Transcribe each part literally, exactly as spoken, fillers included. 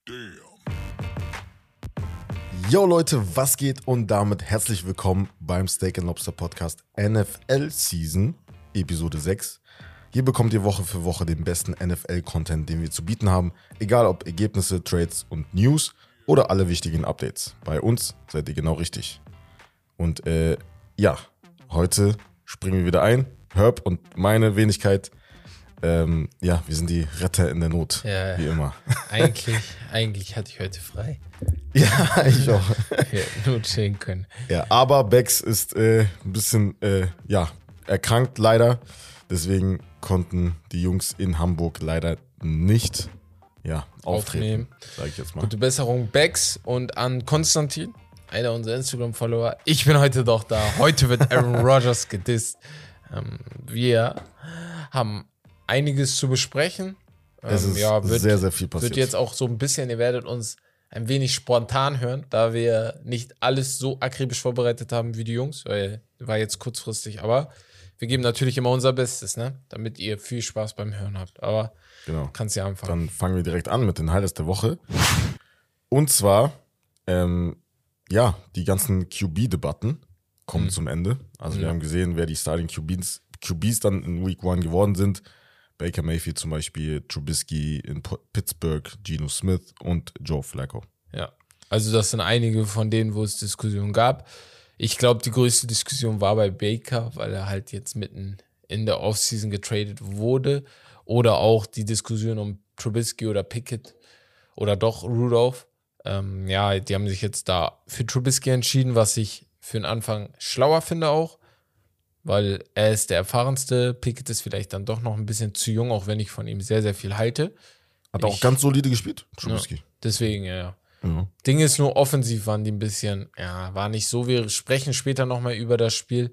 Yo Leute, was geht und damit herzlich willkommen beim Steak and Lobster Podcast N F L Season, Episode sechs. Hier bekommt ihr Woche für Woche den besten N F L-Content, den wir zu bieten haben, egal ob Ergebnisse, Trades und News oder alle wichtigen Updates. Bei uns seid ihr genau richtig. Und äh, ja, heute springen wir wieder ein. Herb und meine Wenigkeit, ähm, ja, wir sind die Retter in der Not, ja, wie immer. Eigentlich, eigentlich hatte ich heute frei. Ja, ich auch. Wir hätten nur chillen können. Ja, aber Bex ist äh, ein bisschen, äh, ja, erkrankt leider. Deswegen konnten die Jungs in Hamburg leider nicht, ja, auftreten, sage ich jetzt mal. Gute Besserung, Bex, und an Konstantin, einer unserer Instagram-Follower. Ich bin heute doch da. Heute wird Aaron Rodgers gedisst. Ähm, wir haben einiges zu besprechen. Ähm, Es ist ja, wird, sehr, sehr viel passiert. Wird jetzt auch so ein bisschen, ihr werdet uns ein wenig spontan hören, da wir nicht alles so akribisch vorbereitet haben wie die Jungs, weil war jetzt kurzfristig, aber wir geben natürlich immer unser Bestes, ne, damit ihr viel Spaß beim Hören habt. Aber genau. Kannst ja anfangen. Dann fangen wir direkt an mit den Highlights der Woche. Und zwar, ähm, ja, die ganzen Q B-Debatten kommen mhm. zum Ende. Also mhm. wir haben gesehen, wer die Starting Q Bs, Q Bs dann in Week One geworden sind. Baker Mayfield zum Beispiel, Trubisky in Pittsburgh, Geno Smith und Joe Flacco. Ja, also das sind einige von denen, wo es Diskussionen gab. Ich glaube, die größte Diskussion war bei Baker, weil er halt jetzt mitten in der Offseason getradet wurde. Oder auch die Diskussion um Trubisky oder Pickett oder doch Rudolph. Ähm, ja, die haben sich jetzt da für Trubisky entschieden, was ich für den Anfang schlauer finde auch. Weil er ist der erfahrenste. Pickett ist vielleicht dann doch noch ein bisschen zu jung, auch wenn ich von ihm sehr, sehr viel halte. Hat auch ich, ganz solide gespielt, Trubisky. Ja, deswegen, ja. ja. Ding ist nur, offensiv waren die ein bisschen, ja, war nicht so. Wir sprechen später nochmal über das Spiel.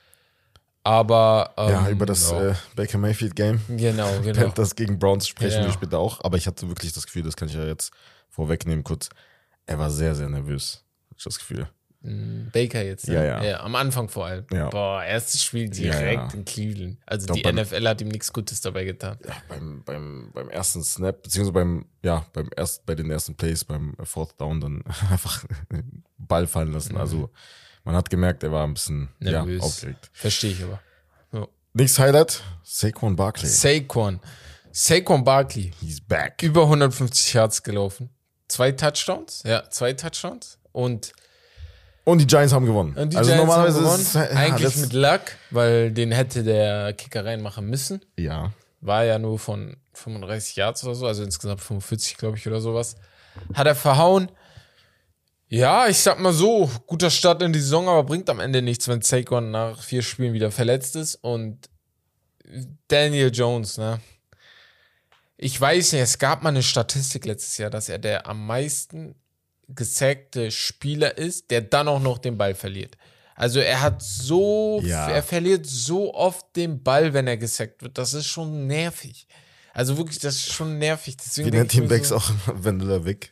Aber, ähm, ja, über das ja. äh, Baker Mayfield Game. Genau, genau. Panthers gegen Browns sprechen genau. wir später auch. Aber ich hatte wirklich das Gefühl, das kann ich ja jetzt vorwegnehmen kurz. Er war sehr, sehr nervös. Hab ich das Gefühl. Baker jetzt, ne? ja, ja. ja. Am Anfang vor allem. Ja. Boah, erstes Spiel direkt ja, ja. in Cleveland. Also Doch, die N F L hat ihm nichts Gutes dabei getan. Ja, beim, beim, beim ersten Snap, beziehungsweise beim, ja, beim erst, bei den ersten Plays, beim Fourth Down dann einfach Ball fallen lassen. Mhm. Also man hat gemerkt, er war ein bisschen ja, aufgeregt. Verstehe ich aber. Ja. Nächstes Highlight, Saquon Barkley. Saquon. Saquon Barkley. He's back. Über hundertfünfzig Yards gelaufen. Zwei Touchdowns. Ja, zwei Touchdowns. Und Und die Giants haben gewonnen. Und die also Giants normalerweise haben gewonnen. Ist, ja, eigentlich mit Luck, weil den hätte der Kicker reinmachen müssen. Ja. War ja nur von fünfunddreißig Yards oder so, also insgesamt fünfundvierzig, glaube ich, oder sowas. Hat er verhauen. Ja, ich sag mal so, guter Start in die Saison, aber bringt am Ende nichts, wenn Saquon nach vier Spielen wieder verletzt ist. Und Daniel Jones, ne? Ich weiß nicht, es gab mal eine Statistik letztes Jahr, dass er der am meisten gesackte Spieler ist, der dann auch noch den Ball verliert. Also er hat so, ja. er verliert so oft den Ball, wenn er gesackt wird. Das ist schon nervig. Also wirklich, das ist schon nervig. Deswegen Wie nennt Team Bex so, auch Vanilla Vic?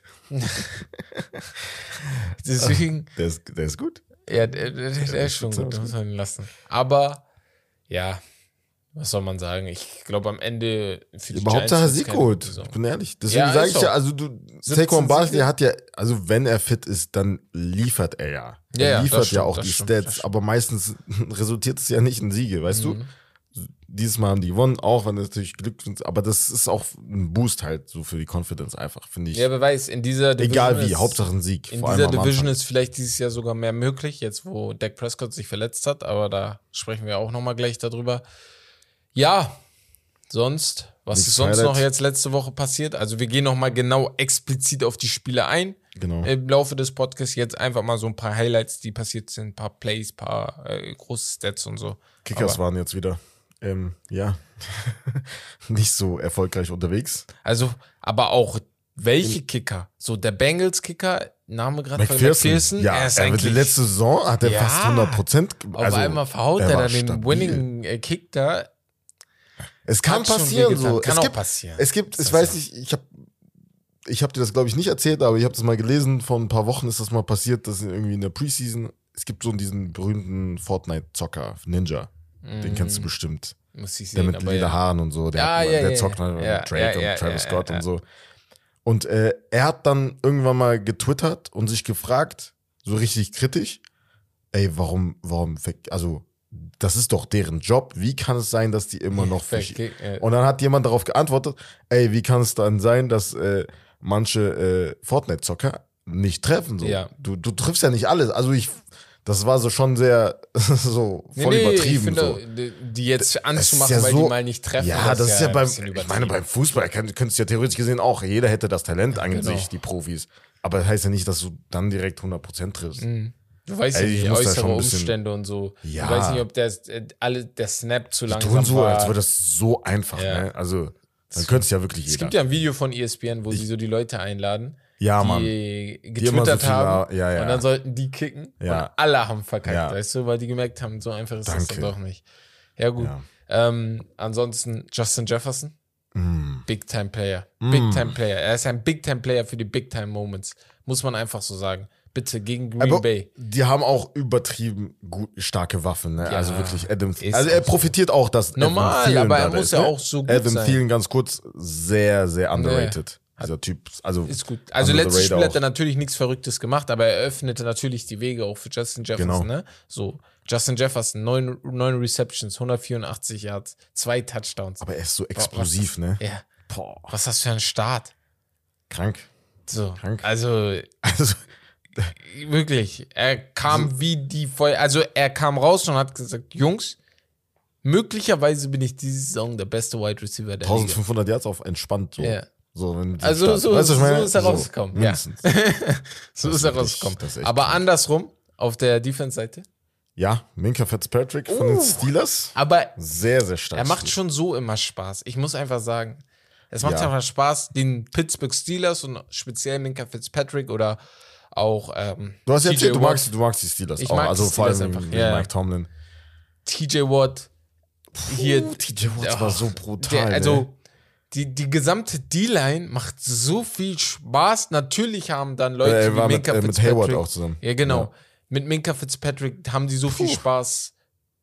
Deswegen. Der ist, der ist gut. Ja, der, der, der, der ist schon gut, das muss man ihn lassen. Aber, ja, was soll man sagen? Ich glaube am Ende für die Überhaupt Giants Hauptsache Sieg geholt. Ich bin ehrlich. Deswegen ja, sage ich ja, also du, Saquon Barkley hat ja, also wenn er fit ist, dann liefert er ja. Er ja, liefert stimmt, ja auch die stimmt, Stats, aber meistens resultiert es ja nicht in Siege, weißt mhm. du? Dieses Mal haben die gewonnen, auch wenn es natürlich Glück ist, aber das ist auch ein Boost halt so für die Confidence einfach, finde ich. Ja, wer weiß, in dieser Division egal wie, ist, Hauptsache ein Sieg. In dieser Division ist vielleicht dieses Jahr sogar mehr möglich, jetzt wo Dak Prescott sich verletzt hat, aber da sprechen wir auch nochmal gleich darüber. Ja, sonst, was Nichts ist sonst Highlight. Noch jetzt letzte Woche passiert? Also wir gehen nochmal genau explizit auf die Spiele ein. Genau. Im Laufe des Podcasts jetzt einfach mal so ein paar Highlights, die passiert sind, ein paar Plays, ein paar äh, große Stats und so. Kickers aber, waren jetzt wieder, ähm, ja, nicht so erfolgreich unterwegs. Also, aber auch welche In, Kicker? So der Bengals-Kicker, Name gerade von McPherson. Ja, er ist er eigentlich, die letzte Saison hat er ja, fast hundert Prozent. Auf also, einmal verhaut er, er dann den Winning-Kick da. Es kann passieren, so. Kann es auch gibt, passieren. Es gibt, ich weiß nicht, ich habe ich hab dir das, glaube ich, nicht erzählt, aber ich habe das mal gelesen, vor ein paar Wochen ist das mal passiert, dass irgendwie in der Preseason, es gibt so diesen berühmten Fortnite-Zocker, Ninja, mm. den kennst du bestimmt. Muss ich der sehen, mit lila ja. Haaren und so, der, ja, hat, ja, der ja, zockt ja. mit ja, Drake ja, und Travis ja, Scott ja, ja. und so. Und äh, er hat dann irgendwann mal getwittert und sich gefragt, so richtig kritisch, ey, warum, warum, also das ist doch deren Job, wie kann es sein, dass die immer noch Verge- äh, Und dann hat jemand darauf geantwortet, ey, wie kann es dann sein, dass äh, manche äh, Fortnite-Zocker nicht treffen? So. Ja. Du, du triffst ja nicht alles. Also ich, das war so schon sehr so Nee, voll nee, übertrieben. ich finde, so. die- die jetzt Das anzumachen, ist ja weil so- die mal nicht treffen. Ja, das ist ja ein beim, bisschen ich meine, übertrieben. beim Fußball könnt- könntest du ja theoretisch gesehen auch, jeder hätte das Talent an Genau. sich, die Profis. Aber das heißt ja nicht, dass du dann direkt hundert Prozent triffst. Mhm. Du weißt Ey, ja ich nicht, muss da äußere schon ein bisschen- Umstände und so. Ja. Du weißt nicht, ob der, äh, alle, der Snap zu Die langsam tun so, war. als wäre das so einfach. Ja. Ne? Also, dann könnte es ja wirklich Es jeder. gibt ja ein Video von E S P N, wo sie so die Leute einladen, Ja, die Mann. immer getwittert so viel- haben. ja, ja. Und dann sollten die kicken. Ja. Und alle haben verkackt, Ja. weißt du, weil die gemerkt haben, so einfach ist das Danke. dann doch nicht. Ja, gut. Ja. Ähm, ansonsten Justin Jefferson. Mm. Big-Time-Player. Big-Time-Player. Er ist ein Big-Time-Player für die Big-Time-Moments. Muss man einfach so sagen. Bitte, gegen Green Aber Bay. die haben auch übertrieben gut, starke Waffen. Ne? Ja, also wirklich, Adam. ist Also er auch so. profitiert auch, dass Normal, Adam Thielen aber er da muss ist, ja ne? auch so gut Adam sein. Thielen, ganz kurz, sehr, sehr underrated. Dieser Typ. Also Ist gut. Also under the letztes Spiel radar hat er natürlich nichts Verrücktes gemacht, aber er öffnete natürlich die Wege auch für Justin Jefferson. Genau. Ne? So, Justin Jefferson, neun, neun Receptions, hundertvierundachtzig Yards, zwei Touchdowns. Aber er ist so explosiv, ne? Ja. Boah, was ist das für ein Start? Krank. So, Krank. also Also, wirklich, er kam wie die Feuer, also er kam raus und hat gesagt, Jungs, möglicherweise bin ich diese Saison der beste Wide Receiver der Liga. eintausendfünfhundert Yards auf entspannt. So. Ja. So, wenn die Also Start- so, weißt du, was ich so meine? ist er rausgekommen. Ja. mindestens. So Das ist ist er wirklich- rausgekommen. das ist echt Aber krank. andersrum, auf der Defense-Seite, Ja, Minka Fitzpatrick von den Steelers. aber Sehr, sehr stark. er macht schon so immer Spaß. Ich muss einfach sagen, es macht Ja. einfach Spaß, den Pittsburgh Steelers und speziell Minka Fitzpatrick oder auch ähm, Du hast ja T J erzählt, du Watt. magst, du magst die Steelers Ich auch. mag Also die vor allem Steelers wegen einfach, ja. Mike Tomlin. T J Watt. Hier, T J Watt Ja, war so brutal. der, also ne? die, die gesamte D-Line macht so viel Spaß. Natürlich haben dann Leute er wie war mit, Minka äh, mit Fitzpatrick. Hayward auch zusammen. Ja, genau. Ja. Mit Minka Fitzpatrick haben die so viel Puh. Spaß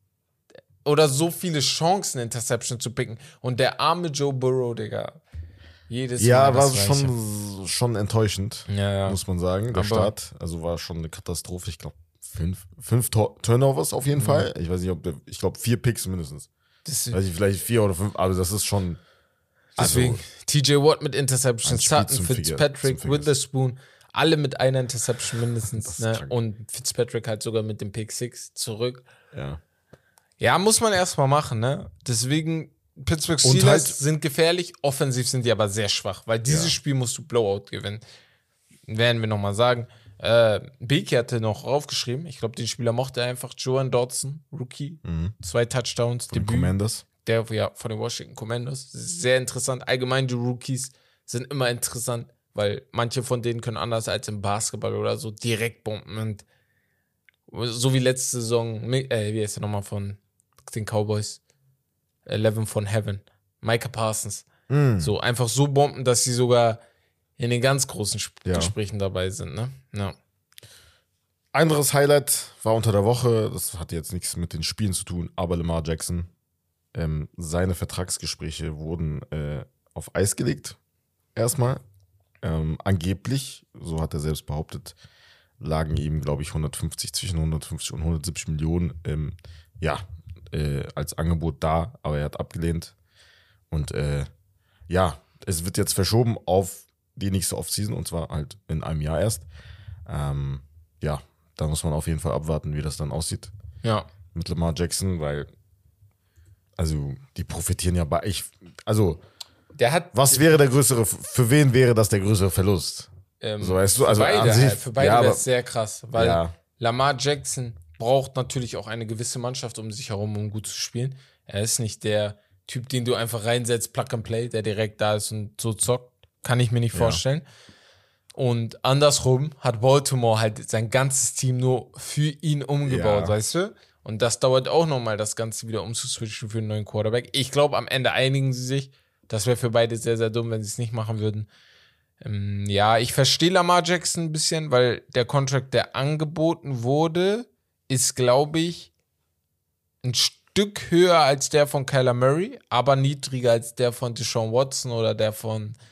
oder so viele Chancen, Interception zu picken. Und der arme Joe Burrow, Digga. Jedes Ja, Mal war das Gleiche. schon, schon enttäuschend, Ja, ja. muss man sagen, der Aber- Start. Also war schon eine Katastrophe. Ich glaube, fünf, fünf Tor Turnovers auf jeden Fall. Ich weiß nicht, ob der, ich glaube, vier Picks mindestens. Das, Weiß ich, vielleicht vier oder fünf, aber das ist schon. deswegen Also, T J Watt mit Interception, ein Spiel Sutton, zum Finger- Fitzpatrick, zum Finger. Witherspoon, alle mit einer Interception mindestens. Das ist Ne? krank. Und Fitzpatrick halt sogar mit dem Pick Six zurück. ja. Ja, muss man erstmal machen, ne? Deswegen, Pittsburgh Und Steelers halt- sind gefährlich, offensiv sind die aber sehr schwach, weil dieses Ja. Spiel musst du Blowout gewinnen. Werden wir nochmal sagen. Äh, Beaky hatte noch aufgeschrieben, ich glaube, den Spieler mochte er einfach, Joan Dodson, Rookie, zwei Touchdowns, Die Debüt, Commanders. der ja von den Washington Commanders. Sehr interessant. Allgemein die Rookies sind immer interessant, weil manche von denen können anders als im Basketball oder so direkt bomben und so wie letzte Saison, äh, wie heißt der nochmal von den Cowboys? Eleven von Heaven. Micah Parsons. Mm. So einfach so bomben, dass sie sogar in den ganz großen Sp Ja. Gesprächen dabei sind, ne? Ja. Anderes Highlight war unter der Woche, das hat jetzt nichts mit den Spielen zu tun, aber Lamar Jackson, ähm, seine Vertragsgespräche wurden äh, auf Eis gelegt. Erstmal. Ähm, angeblich, so hat er selbst behauptet, lagen ihm, glaube ich, hundertfünfzig, zwischen hundertfünfzig und hundertsiebzig Millionen ähm, ja, äh, als Angebot da, aber er hat abgelehnt. Und äh, ja, es wird jetzt verschoben auf die nächste Offseason und zwar halt in einem Jahr erst. Ähm, ja, da muss man auf jeden Fall abwarten, wie das dann aussieht Ja. mit Lamar Jackson, weil also die profitieren ja bei ich also Der hat was wäre der größere für wen wäre das der größere Verlust? ähm, So weißt du, also für beide, an sich- halt, für beide ja, wäre aber- es sehr krass, weil Ja. Lamar Jackson braucht natürlich auch eine gewisse Mannschaft um sich herum, um gut zu spielen. Er ist nicht der Typ, den du einfach reinsetzt, Plug and Play, der direkt da ist und so zockt. Kann ich mir nicht Ja. vorstellen. Und andersrum hat Baltimore halt sein ganzes Team nur für ihn umgebaut, Ja. weißt du? Und das dauert auch nochmal, das Ganze wieder umzuswitchen für einen neuen Quarterback. Ich glaube, am Ende einigen sie sich. Das wäre für beide sehr, sehr dumm, wenn sie es nicht machen würden. Ähm, ja, ich verstehe Lamar Jackson ein bisschen, weil der Contract, der angeboten wurde, ist, glaube ich, ein Stück höher als der von Kyler Murray, aber niedriger als der von Deshaun Watson oder der von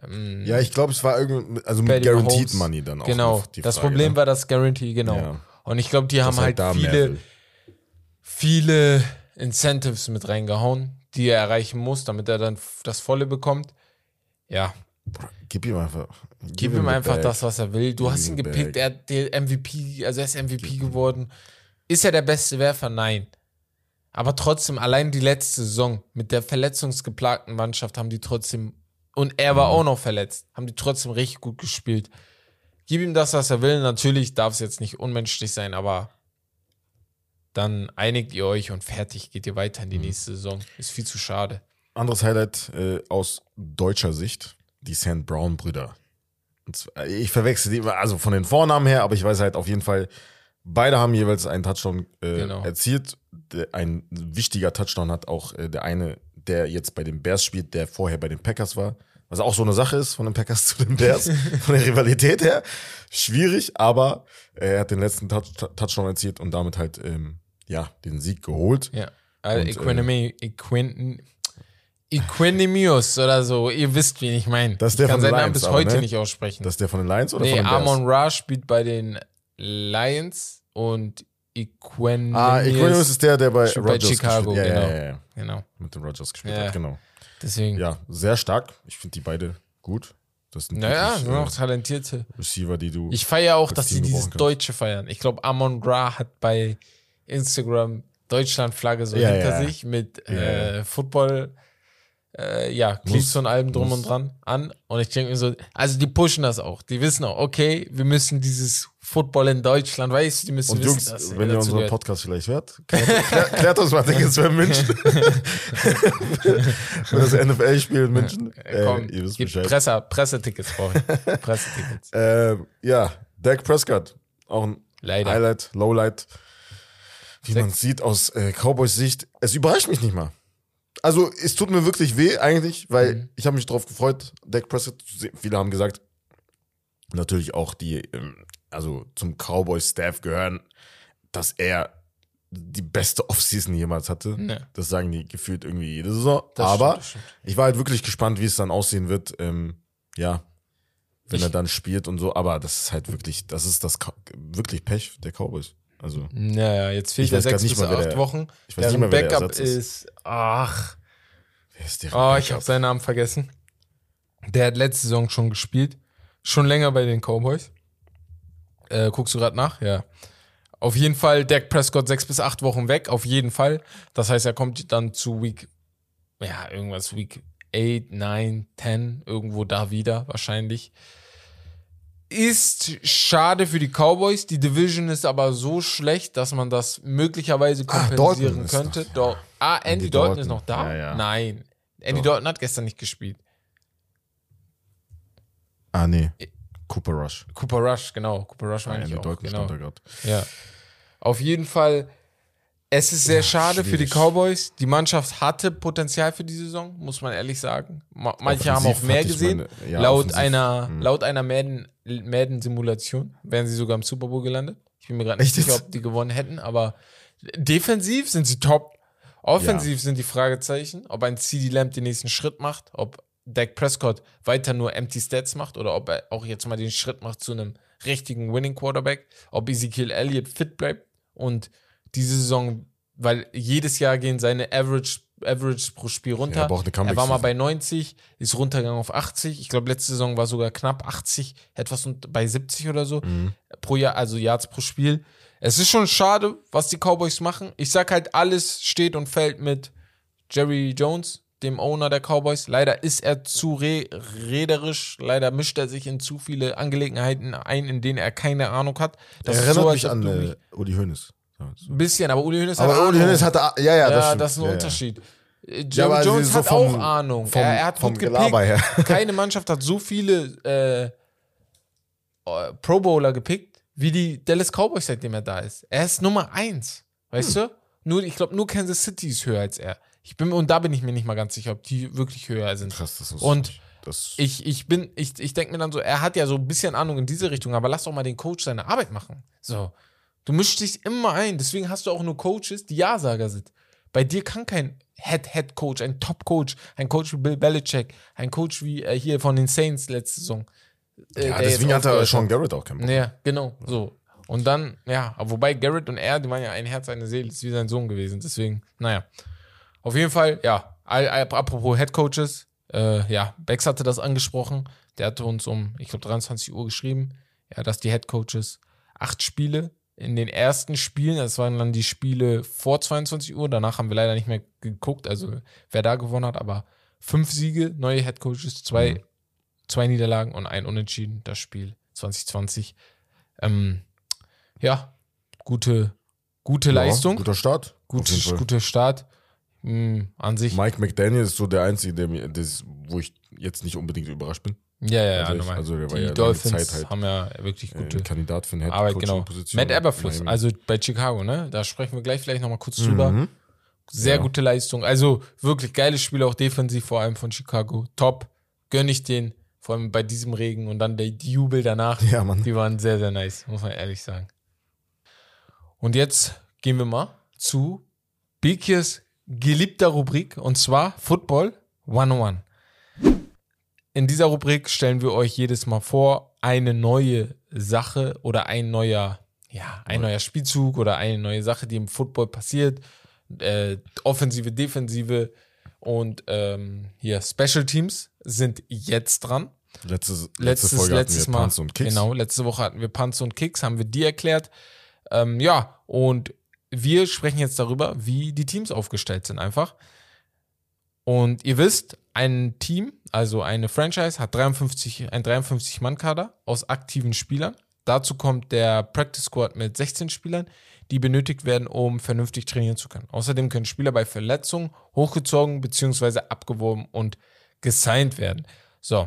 Ähm, Ja, ich glaube, es war irgendwie, also mit Patty Guaranteed Mahomes. Money dann auch. Genau, noch die das Frage, Problem ne? war das Guarantee, genau. Ja. Und ich glaube, die Dass haben er halt da mehr viele, will. viele Incentives mit reingehauen, die er erreichen muss, damit er dann f- das Volle bekommt. Ja, Gib ihm einfach. gib ihm the einfach bag. das, was er will. Du Gib hast ihm ihn the gepickt, bag. er hat der M V P, also er ist M V P geworden. Ist er der beste Werfer? Nein. Aber trotzdem, allein die letzte Saison mit der verletzungsgeplagten Mannschaft haben die trotzdem, und er war Mhm. auch noch verletzt, haben die trotzdem richtig gut gespielt. Gib ihm das, was er will. Natürlich darf es jetzt nicht unmenschlich sein, aber dann einigt ihr euch und fertig, geht ihr weiter in die nächste Saison. Ist viel zu schade. Anderes Highlight äh, aus deutscher Sicht, die Saint Brown-Brüder. Und zwar- Ich verwechsel die immer, also von den Vornamen her, aber ich weiß halt auf jeden Fall, beide haben jeweils einen Touchdown äh, Genau. erzielt. Der, ein wichtiger Touchdown hat auch äh, der eine, der jetzt bei den Bears spielt, der vorher bei den Packers war. Was auch so eine Sache ist, von den Packers zu den Bears, von der Rivalität her. Schwierig, aber er hat den letzten Touch, Touchdown erzielt und damit halt ähm, ja, den Sieg geholt. Ja. Also Und, Equinemi, Equin, Equinemius oder so, ihr wisst, wen ich meine. Das ist der ich kann von seinen den Namen Lions, bis aber, heute ne? nicht aussprechen. Das ist der von den Lions oder nee, von den Bears? Amon Ra spielt bei den Lions und Equinemius. Ah, Equinemius ist der, der bei Spielt bei Rodgers Chicago, gespielt hat. Ja, genau. ja, ja, ja. Genau. Mit dem Rodgers gespielt Ja. hat, genau. Deswegen. Ja, sehr stark. Ich finde die beide gut. Das sind Naja, wirklich, nur noch äh, talentierte. Receiver, die du. Ich feiere auch, das dass sie Team dieses gebrauchen kannst. Deutsche feiern. Ich glaube, Amon Ra hat bei Instagram Deutschland-Flagge so Ja, hinter ja. sich mit Ja, äh, Football, äh, ja, Cleats und allem drum muss. und dran an. Und ich denke mir so, also die pushen das auch. Die wissen auch, okay, wir müssen dieses Football in Deutschland, weißt du, die müssen Und wissen, Jungs, dass wenn ihr dazu unseren gehört. Podcast vielleicht hört, klärt, klärt, klärt uns mal Tickets für München. Für das N F L-Spiel in München. Äh, Komm, äh, ihr wisst gib Bescheid. Presse, Pressetickets brauche ich. Pressetickets. Ähm, ja, Dak Prescott. Auch ein Leider. Highlight, Lowlight. Wie Sech- man sieht aus äh, Cowboys Sicht. Es überrascht mich nicht mal. Also, es tut mir wirklich weh eigentlich, weil Mhm. ich habe mich drauf gefreut, Dak Prescott zu sehen. Viele haben gesagt, natürlich auch die, ähm, also zum Cowboys-Staff gehören, dass er die beste Offseason jemals hatte. Ne. Das sagen die gefühlt irgendwie jede Saison. Das Aber stimmt, das stimmt. ich war halt wirklich gespannt, wie es dann aussehen wird. Ähm, ja, wenn Ich- er dann spielt und so. Aber das ist halt wirklich, das ist das Ka- wirklich Pech der Cowboys. Also, Naja, jetzt fehlt Ich er weiß grad sechs nicht bis mal, wer acht der- Wochen. ich weiß nicht Deren mal, wer der Backup Ersatz ist. ist, ach, wer ist der? oh, ich habe seinen Namen vergessen. Der hat letzte Saison schon gespielt. Schon länger bei den Cowboys. Äh, guckst du gerade nach? Ja. Auf jeden Fall Dak Prescott sechs bis acht Wochen weg, auf jeden Fall. Das heißt, er kommt dann zu Week, ja, irgendwas Week acht, neun, zehn, irgendwo da wieder wahrscheinlich. Ist schade für die Cowboys. Die Division ist aber so schlecht, dass man das möglicherweise Ah, kompensieren Dalton ist könnte. noch- Dor- ah, Andy, Andy Dalton, Dalton. ist noch da? Ja, ja. Nein. Andy Doch. Dalton hat gestern nicht gespielt. Ah, nee. Cooper Rush. Cooper Rush, genau. Cooper Rush meine ich Andy auch. Dalton Genau. stand da gerade. Ja. Auf jeden Fall, es ist sehr Ja, schade für die schwierig. Cowboys. Die Mannschaft hatte Potenzial für die Saison, muss man ehrlich sagen. Ma- Manche haben auch Offensiv mehr hatte ich gesehen. meine- ja, laut, offensiv. einer, Mhm. laut einer Madden- Madden-Simulation wären sie sogar im Super Bowl gelandet. Ich bin mir gerade nicht Echt sicher, jetzt? ob die gewonnen hätten, aber defensiv sind sie top. Offensiv sind die Fragezeichen, ob ein C D Lamb den nächsten Schritt macht, ob Dak Prescott weiter nur empty Stats macht oder ob er auch jetzt mal den Schritt macht zu einem richtigen Winning Quarterback, ob Ezekiel Elliott fit bleibt und diese Saison, weil jedes Jahr gehen seine Average, Average pro Spiel runter. Ja, er braucht eine er war mal Comeback-Season. bei neunzig, ist runtergegangen auf achtzig. Ich glaube, letzte Saison war sogar knapp achtzig, etwas und bei siebzig oder so Mhm. pro Jahr, also Yards pro Spiel. Es ist schon schade, was die Cowboys machen. Ich sag halt, alles steht und fällt mit Jerry Jones, dem Owner der Cowboys. Leider ist er zu re rederisch. Leider mischt er sich in zu viele Angelegenheiten ein, in denen er keine Ahnung hat. Das Er ist erinnert so, mich als ob an du äh, mich- Uli Hoeneß. ein bisschen, aber Uli Hoeneß hat Aber Uli Ahnung. Hoeneß hatte, ja, ja, das Ja, stimmt. das ist ein ja, ja. Unterschied. Äh, Ja, Jerry aber Jones so hat vom- auch Ahnung. vom- er, er hat vom gut Gelaber her. gepickt. Keine Mannschaft hat so viele äh, Pro Bowler gepickt, wie die Dallas Cowboys, seitdem er da ist. Er ist Nummer eins. Weißt Hm. du? Nur, ich glaube, nur Kansas City ist höher als er. Ich bin, und da bin ich mir nicht mal ganz sicher, ob die wirklich höher sind. Krass, das ist Und das, Ich, ich bin, ich, ich denke mir dann so, er hat ja so ein bisschen Ahnung in diese Richtung, aber lass doch mal den Coach seine Arbeit machen. So. Du mischst dich immer ein, deswegen hast du auch nur Coaches, die Ja-Sager sind. Bei dir kann kein Head-Head-Coach, ein Top-Coach, ein Coach wie Bill Belichick, ein Coach wie äh, hier von den Saints letzte Saison. Äh, ja, deswegen hat er Sean Garrett auch keinen Bock. Ja, genau, so. Und dann, ja, wobei Garrett und er, die waren ja ein Herz, eine Seele, ist wie sein Sohn gewesen. Deswegen, naja. Auf jeden Fall, ja, apropos Head-Coaches, äh, ja, Bex hatte das angesprochen. Der hatte uns um, ich glaube, dreiundzwanzig Uhr geschrieben, ja, dass die Head-Coaches acht Spiele in den ersten Spielen, das waren dann die Spiele vor zweiundzwanzig Uhr, danach haben wir leider nicht mehr geguckt, also wer da gewonnen hat, aber fünf Siege, neue Headcoaches, zwei, mhm. zwei Niederlagen und ein Unentschieden, das Spiel zwanzig zwanzig. Ähm, ja, gute, gute ja, Leistung. Guter Start. Gut, guter Start. Mhm, an sich. Mike McDaniel ist so der Einzige, der mir, das, wo ich jetzt nicht unbedingt überrascht bin. Ja, ja, also, ja, ich, also der war die ja Dolphins Zeit halt haben ja wirklich gute Kandidat für eine Arbeit, genau. Matt Eberfluss, also bei Chicago, ne? Da sprechen wir gleich vielleicht nochmal kurz mhm. drüber. Sehr ja. gute Leistung. Also wirklich geiles Spiel, auch defensiv vor allem von Chicago. Top. Gönn ich den, vor allem bei diesem Regen und dann der die Jubel danach. Ja, Mann. Die waren sehr, sehr nice, muss man ehrlich sagen. Und jetzt gehen wir mal zu Bekirs geliebter Rubrik, und zwar Football hundertundeins. In dieser Rubrik stellen wir euch jedes Mal vor, eine neue Sache oder ein neuer, ja, ein neuer Spielzug oder eine neue Sache, die im Football passiert. Äh, Offensive, Defensive und ähm, hier Special Teams sind jetzt dran. Letztes, letzte letztes, Folge letztes hatten wir Mal, Punts und Kicks. Genau, letzte Woche hatten wir Punts und Kicks, haben wir die erklärt. Ähm, ja, und wir sprechen jetzt darüber, wie die Teams aufgestellt sind einfach. Und ihr wisst, ein Team, also eine Franchise, hat dreiundfünfzig, ein dreiundfünfzig-Mann-Kader aus aktiven Spielern. Dazu kommt der Practice Squad mit sechzehn Spielern, die benötigt werden, um vernünftig trainieren zu können. Außerdem können Spieler bei Verletzungen hochgezogen bzw. abgeworben und gesigned werden. So,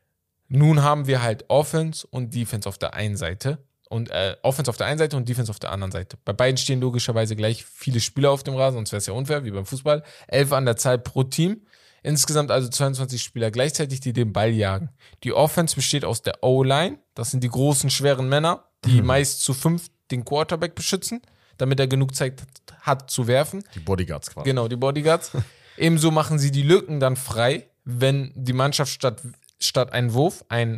nun haben wir halt Offense und Defense auf der einen Seite. Und äh, Offense auf der einen Seite und Defense auf der anderen Seite. Bei beiden stehen logischerweise gleich viele Spieler auf dem Rasen, sonst wäre es ja unfair, wie beim Fußball. Elf an der Zahl pro Team. Insgesamt also zweiundzwanzig Spieler gleichzeitig, die den Ball jagen. Die Offense besteht aus der O-Line. Das sind die großen, schweren Männer, die mhm. meist zu fünf den Quarterback beschützen, damit er genug Zeit hat zu werfen. Die Bodyguards quasi. Genau, die Bodyguards. Ebenso machen sie die Lücken dann frei, wenn die Mannschaft statt, statt einen Wurf ein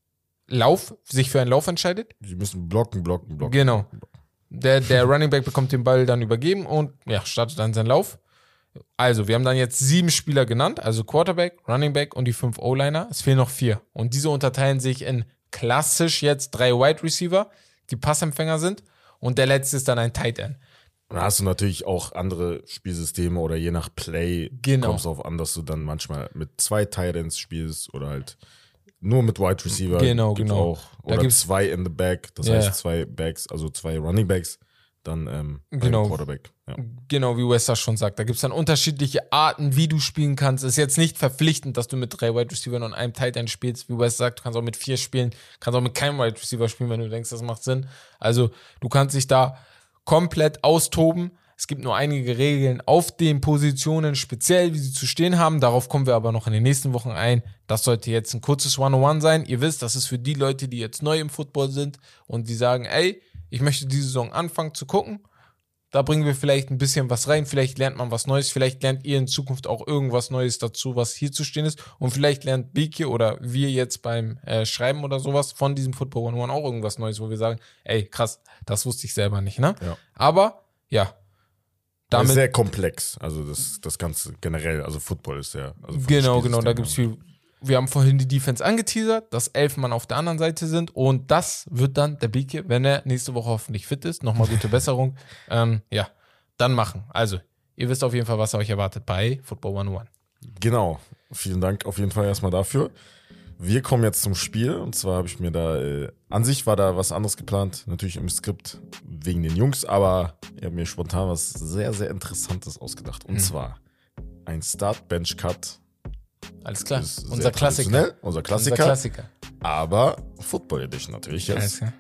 Lauf, sich für einen Lauf entscheidet. Die müssen blocken, blocken, blocken. Genau. Der, der Running Back bekommt den Ball dann übergeben und ja, startet dann seinen Lauf. Also, wir haben dann jetzt sieben Spieler genannt, also Quarterback, Running Back und die fünf O-Liner. Es fehlen noch vier. Und diese unterteilen sich in klassisch jetzt drei Wide Receiver, die Passempfänger sind, und der letzte ist dann ein Tight End. Und da hast du natürlich auch andere Spielsysteme oder je nach Play genau. kommt es darauf an, dass du dann manchmal mit zwei Tight Ends spielst oder halt nur mit Wide Receiver. Genau, genau. Auch. Oder zwei in the back, das ja. heißt zwei Backs, also zwei Running Backs, dann ähm, genau. ein Quarterback. Ja. Genau, wie Wes das schon sagt. Da gibt es dann unterschiedliche Arten, wie du spielen kannst. Es ist jetzt nicht verpflichtend, dass du mit drei Wide Receivers und einem Tight End spielst. Wie Wes sagt, du kannst auch mit vier spielen, kannst auch mit keinem Wide Receiver spielen, wenn du denkst, das macht Sinn. Also du kannst dich da komplett austoben. Es gibt nur einige Regeln auf den Positionen, speziell wie sie zu stehen haben. Darauf kommen wir aber noch in den nächsten Wochen ein. Das sollte jetzt ein kurzes hundertundeins sein. Ihr wisst, das ist für die Leute, die jetzt neu im Football sind und die sagen, ey, ich möchte diese Saison anfangen zu gucken. Da bringen wir vielleicht ein bisschen was rein. Vielleicht lernt man was Neues. Vielleicht lernt ihr in Zukunft auch irgendwas Neues dazu, was hier zu stehen ist. Und vielleicht lernt Beke oder wir jetzt beim äh, Schreiben oder sowas von diesem Football hundertundeins auch irgendwas Neues, wo wir sagen, ey, krass, das wusste ich selber nicht, ne? Ja. Aber, ja, damit, sehr komplex, also das, das Ganze generell, also Football ist ja. Also genau, genau, da gibt es viel. Wir haben vorhin die Defense angeteasert, dass elf Mann auf der anderen Seite sind und das wird dann der Beke, wenn er nächste Woche hoffentlich fit ist, nochmal gute Besserung, ähm, ja, dann machen. Also, ihr wisst auf jeden Fall, was euch erwartet bei Football hundertundeins. Genau, vielen Dank auf jeden Fall erstmal dafür. Wir kommen jetzt zum Spiel und zwar habe ich mir da, äh, an sich war da was anderes geplant, natürlich im Skript wegen den Jungs, aber ich habe mir spontan was sehr, sehr Interessantes ausgedacht und mhm. zwar ein Start-Bench-Cut. Alles klar, unser Klassiker. Unser Klassiker. Unser Klassiker. Aber Football Edition natürlich jetzt. Alles klar.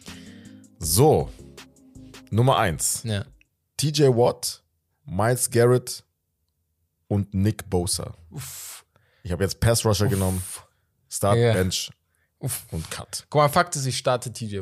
So, Nummer eins. Ja. T J Watt, Myles Garrett und Nick Bosa. Uff. Ich habe jetzt Pass Rusher Uff. genommen. Start, ja. Bench Uff. und Cut. Guck mal, Fakt ist, ich starte T J Watt.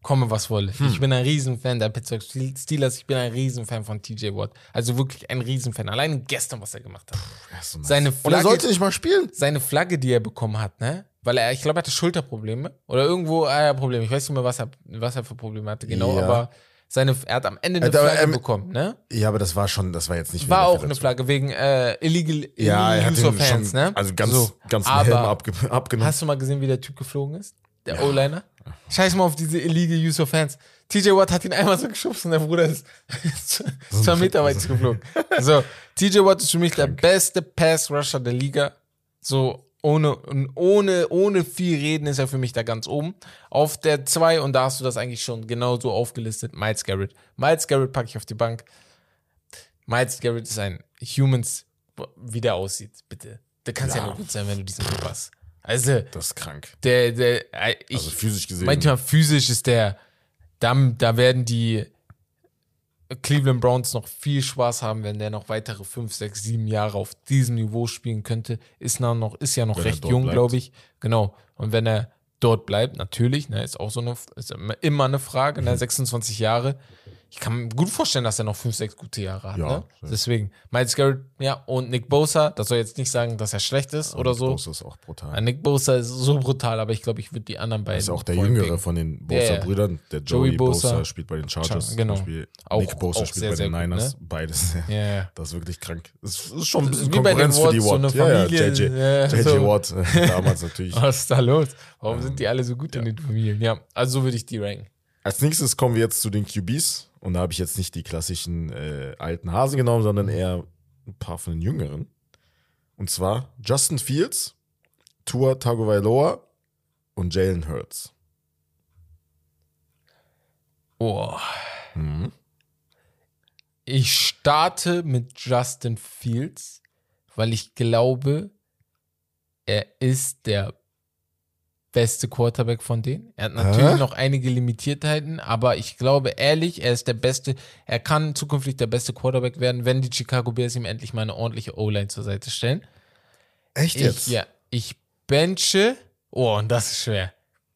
komme was wolle. Hm. Ich bin ein Riesenfan der Pittsburgh Steelers, ich bin ein Riesenfan von T J Watt. Also wirklich ein Riesenfan. Allein gestern, was er gemacht hat. Puh, so nice. Seine Flagge, und er sollte nicht mal spielen. Seine Flagge, die er bekommen hat, ne? Weil er, ich glaube, er hatte Schulterprobleme. Oder irgendwo ah, Probleme. Ich weiß nicht mehr, was er, was er für Probleme hatte, genau, ja. aber seine, er hat am Ende eine aber, Flagge ähm, bekommen, ne? Ja, aber das war schon, das war jetzt nicht War auch eine Flagge wegen äh, illegal, ja, illegal use of hands, schon, ne? Also ganz, so. ganz aber Helm abge abgenommen. Hast du mal gesehen, wie der Typ geflogen ist? Der ja. O-Liner? Scheiß mal auf diese illegal use of hands. T J Watt hat ihn einmal so geschubst und der Bruder ist zwei Meter weit geflogen. So, T J Watt ist für mich Krank. der beste Pass-Rusher der Liga. So, ohne, ohne, ohne viel reden ist er für mich da ganz oben. Auf der zwei, und da hast du das eigentlich schon genau so aufgelistet, Myles Garrett. Myles Garrett packe ich auf die Bank. Myles Garrett ist ein Humans, wie der aussieht, bitte. Der kann ja. ja nur gut sein, wenn du diesen Typ hast. Also, das ist krank. Der, der, ich, also physisch gesehen. Manchmal physisch ist der, da, da werden die Cleveland Browns noch viel Spaß haben, wenn der noch weitere fünf, sechs, sieben Jahre auf diesem Niveau spielen könnte. Ist, noch, ist ja noch wenn recht jung, glaube ich. Genau. Und wenn er dort bleibt, natürlich, ne, ist auch so eine, ist immer eine Frage, ne, sechsundzwanzig Jahre. Ich kann mir gut vorstellen, dass er noch fünf, sechs gute Jahre hat. Ja, ne? Deswegen, Myles Garrett, ja, und Nick Bosa, das soll jetzt nicht sagen, dass er schlecht ist ja, oder Nick so. Nick Bosa ist auch brutal. Nick Bosa ist so brutal, aber ich glaube, ich würde die anderen beiden. Das ist auch der jüngere wegen. von den Bosa-Brüdern. Der Joey, Joey Bosa, Bosa spielt bei den Chargers. Genau. Auch, Nick Bosa auch spielt sehr, bei den gut, Niners. Ne? Beides. Yeah. Das ist wirklich krank. Das ist schon ein bisschen wie Konkurrenz bei den für die Watt. So eine Familie, ja, ja, J J, ja, J J so. Watt, damals natürlich. Was ist da los? Warum ähm, sind die alle so gut ja. in den Familien? Ja, also so würde ich die ranken. Als nächstes kommen wir jetzt zu den Q Bs. Und da habe ich jetzt nicht die klassischen äh, alten Hasen genommen, sondern eher ein paar von den jüngeren. Und zwar Justin Fields, Tua Tagovailoa und Jalen Hurts. Oh. Mhm. Ich starte mit Justin Fields, weil ich glaube, er ist der beste Quarterback von denen. Er hat natürlich Hä? noch einige Limitiertheiten, aber ich glaube ehrlich, er ist der beste, er kann zukünftig der beste Quarterback werden, wenn die Chicago Bears ihm endlich mal eine ordentliche O-Line zur Seite stellen. Echt jetzt? Ich, ja, ich benche, oh, und das ist schwer.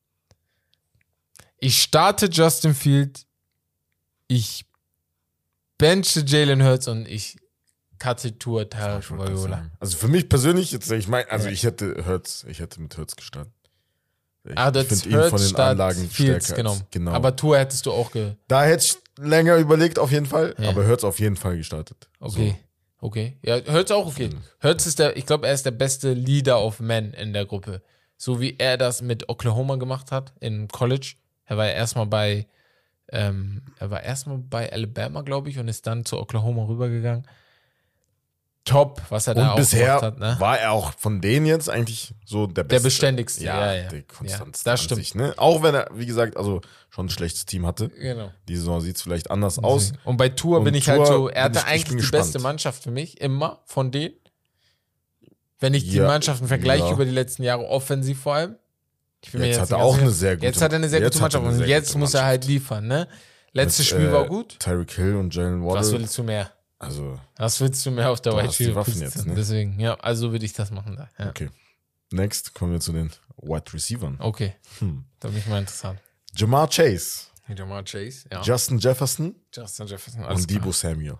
Ich starte Justin Fields, ich benche Jalen Hurts und ich cutte Tua Tagovailoa. Also für mich persönlich, jetzt ich meine, also ja. ich hätte Hurts, ich hätte mit Hurts gestartet. Ich, ah, ich finde ihn von den Anlagen Fields, stärker. Genau. Als, genau. Aber Tua hättest du auch ge... Da hätte ich länger überlegt, auf jeden Fall. Ja. Aber Hurts auf jeden Fall gestartet. Okay, so. okay. Ja, Hurts auch okay. Mhm. Hurts ist der, ich glaube, er ist der beste Leader of Men in der Gruppe. So wie er das mit Oklahoma gemacht hat in College. Er war ja erstmal bei, ähm, er war erstmal bei Alabama, glaube ich, und ist dann zu Oklahoma rübergegangen. Top, was er da und auch bisher gemacht hat. Ne? War er auch von denen jetzt eigentlich so der Beste. Der beständigste, ja, ja, ja. Der Konstanz. Ja, das stimmt. Sich, ne? Auch wenn er, wie gesagt, also schon ein schlechtes Team hatte. Genau. Die Saison sieht es vielleicht anders aus. Und bei Tour und bin ich Tour halt so, er hatte ich, eigentlich ich die gespannt. beste Mannschaft für mich, immer von denen. Wenn ich die ja, Mannschaften vergleiche ja. über die letzten Jahre, offensiv vor allem. Ich bin jetzt, mir jetzt hat er auch eine sehr gute Jetzt hat er eine sehr gute Mannschaft und jetzt muss er halt liefern, ne? Letztes Spiel äh, war gut. Tyreek Hill und Jalen Waddle. Was willst du mehr? Also, Was willst du mehr auf der Wide Receiver Receiver jetzt, ne? Deswegen, ja, also würde ich das machen da. Ja. Okay. Next kommen wir zu den Wide Receivern. Okay. Hm. Da bin ich mal interessant. Jamar Chase. Jamar Chase, ja. Justin Jefferson. Justin Jefferson. Und Deebo Samuel.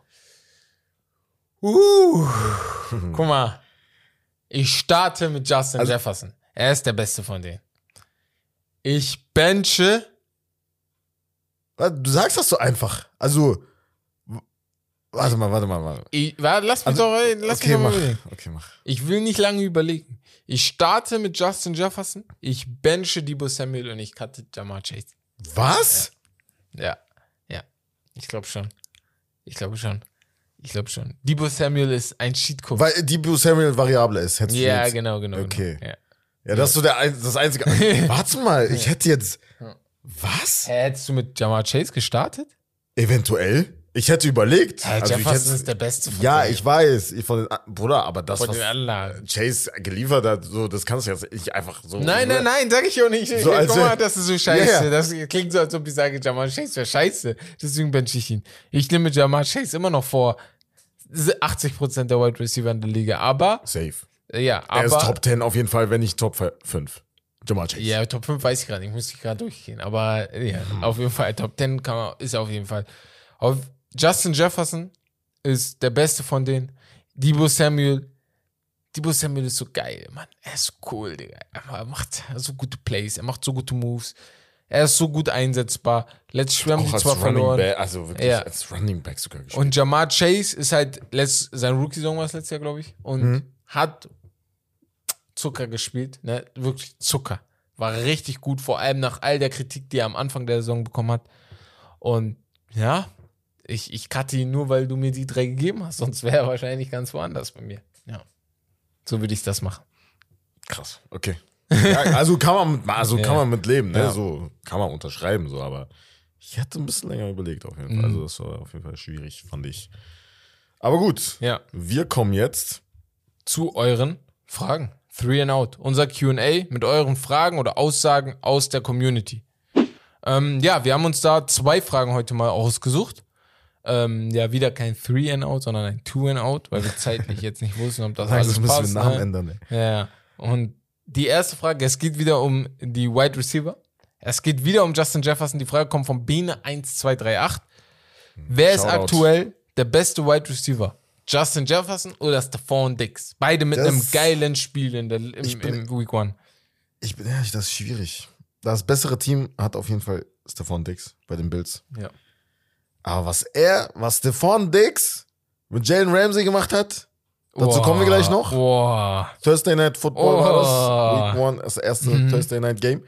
Uh. Guck mal. Ich starte mit Justin also, Jefferson. Er ist der Beste von denen. Ich benche. Du sagst das so einfach. Also, warte mal, warte mal. Warte. Ich, warte, lass mich also, doch, lass okay, mich doch mal mach. überlegen. Okay, mach. Ich will nicht lange überlegen. Ich starte mit Justin Jefferson, ich benche Deebo Samuel und ich cutte Jamar Chase. Was? Ja, ja. ja. Ich glaube schon. Ich glaube schon. Ich glaube schon. Deebo Samuel ist ein Cheatcode. Weil Deebo Samuel Variable ist. Hättest ja, du jetzt. genau, genau. Okay. Genau. Ja. ja, das ist so der, das einzige. Warte mal, ich hätte jetzt. Was? Hättest du mit Jamar Chase gestartet? Eventuell. Ich hätte überlegt. Ja, also Jefferson ich hätte, ist der Beste von Ja, denen. ich weiß. Ich von den, Bruder, aber das, Von was den Anlagen. Chase geliefert hat, so, das kannst du jetzt nicht einfach so. Nein, nein, nein, sag ich auch nicht. So, Guck als- mal, das ist so scheiße. Ja, ja. Das klingt so, als ob ich sage, Jamar Chase wäre scheiße. Deswegen benche ich ihn. Ich nehme Jamar Chase immer noch vor achtzig Prozent der Wide Receiver in der Liga. Aber, Safe. ja, aber. Er ist Top zehn auf jeden Fall, wenn nicht Top fünf. Jamal Chase. Ja, Top fünf weiß ich gerade nicht, muss ich gerade durchgehen. Aber ja, auf jeden Fall, Top zehn kann man, ist auf jeden Fall. Auf Justin Jefferson ist der Beste von denen. Deebo Samuel. Deebo Samuel ist so geil, Mann. Er ist so cool, Digga. Er macht so gute Plays, er macht so gute Moves. Er ist so gut einsetzbar. Letztes Spiel haben sie zwar verloren. Back, also wirklich ja. als Running Back sogar gespielt. Und Jamar Chase ist halt, letzt, sein Rookie-Song war es letztes Jahr, glaube ich. Und mhm. hat Zucker gespielt. Ne? Wirklich Zucker. War richtig gut, vor allem nach all der Kritik, die er am Anfang der Saison bekommen hat. Und ja, ich, ich cutte ihn nur, weil du mir die drei gegeben hast. Sonst wäre er wahrscheinlich ganz woanders bei mir. Ja. So würde ich das machen. Krass, okay. Ja, also kann man mit, also ja. kann man mit leben, ne? Ja. So kann man unterschreiben, so, aber ich hätte ein bisschen länger überlegt auf jeden Fall. Mhm. Also das war auf jeden Fall schwierig, fand ich. Aber gut, ja. wir kommen jetzt zu euren Fragen. Three and Out. Unser Q and A mit euren Fragen oder Aussagen aus der Community. Ähm, ja, wir haben uns da zwei Fragen heute mal ausgesucht. Ähm, ja, wieder kein Three and Out, sondern ein Two and Out, weil wir zeitlich jetzt nicht wussten, ob das alles also müssen passt. wir Namen ne? ändern. Ey. Ja, und die erste Frage, es geht wieder um die Wide Receiver. Es geht wieder um Justin Jefferson. Die Frage kommt von Biene eins zwei drei acht. Wer ist Shoutout. aktuell der beste Wide Receiver? Justin Jefferson oder Stephon Diggs? Beide mit Das- einem geilen Spiel in der, im, Ich bin- im Week One. Ich bin ehrlich, das ist schwierig. Das bessere Team hat auf jeden Fall Stephon Diggs bei den Bills. Ja. Aber was er, was Stephon Diggs mit Jalen Ramsey gemacht hat, dazu kommen wir gleich noch. Boah. Thursday Night Football Oh. war das. Week One, das erste Mhm. Thursday Night Game.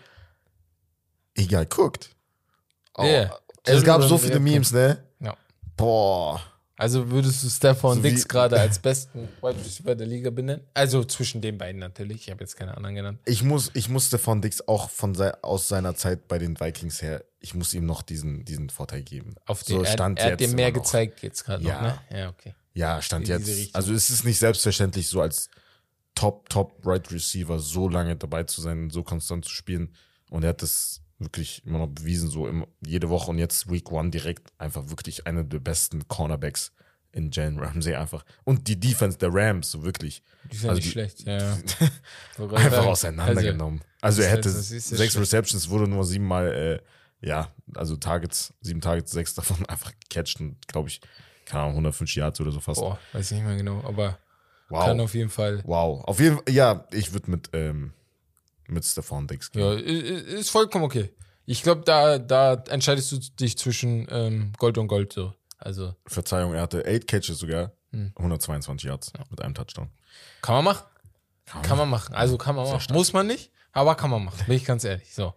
Egal, guckt. Oh, Yeah. Es gab so Jalen viele Ramsey, Memes, ne? Ja. Boah. Also würdest du Stephon So Diggs wie- gerade als besten Wide Receiver der Liga benennen? Also zwischen den beiden natürlich. Ich habe jetzt keine anderen genannt. Ich muss, ich muss Stephon Diggs auch von sei, aus seiner Zeit bei den Vikings her, ich muss ihm noch diesen, diesen Vorteil geben. Auf den, so er, stand er hat jetzt dir mehr immer noch. gezeigt jetzt gerade Ja. noch, ne? Ja, okay. Ja, stand In diese jetzt. Richtung. Also es ist nicht selbstverständlich, so als Top, Top Right Receiver so lange dabei zu sein, so konstant zu spielen. Und er hat das wirklich immer noch bewiesen, so im, jede Woche. Und jetzt Week One direkt einfach wirklich einer der besten Cornerbacks in Jalen Ramsey einfach. Und die Defense der Rams, so wirklich. Die ist ja Also nicht die- schlecht, ja. ja. Wollte gerade Einfach sagen. auseinandergenommen. Also, er das- hätte das ist ja sechs schlecht. Receptions, wurde nur siebenmal, äh, ja, also Targets, sieben Targets, sechs davon einfach gecatcht und glaube ich, keine Ahnung, hundertfünfzig Yards oder so fast. Boah, weiß ich nicht mehr genau, aber wow. kann auf jeden Fall. Wow. Auf jeden Fall, ja, ich würde mit, ähm, mit Stephon Diggs gehen. Ja, i- i- ist vollkommen okay. Ich glaube, da, da entscheidest du dich zwischen ähm, Gold und Gold so. Also, Verzeihung, er hatte eight Catches sogar, Hm. hundertzweiundzwanzig Yards mit einem Touchdown. kann man machen. Kann man machen. Also kann man Sehr machen. stark. Muss man nicht, aber kann man machen. Bin ich ganz ehrlich. So.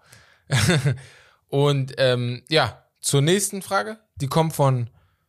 Und ähm, ja, zur nächsten Frage. Die kommt von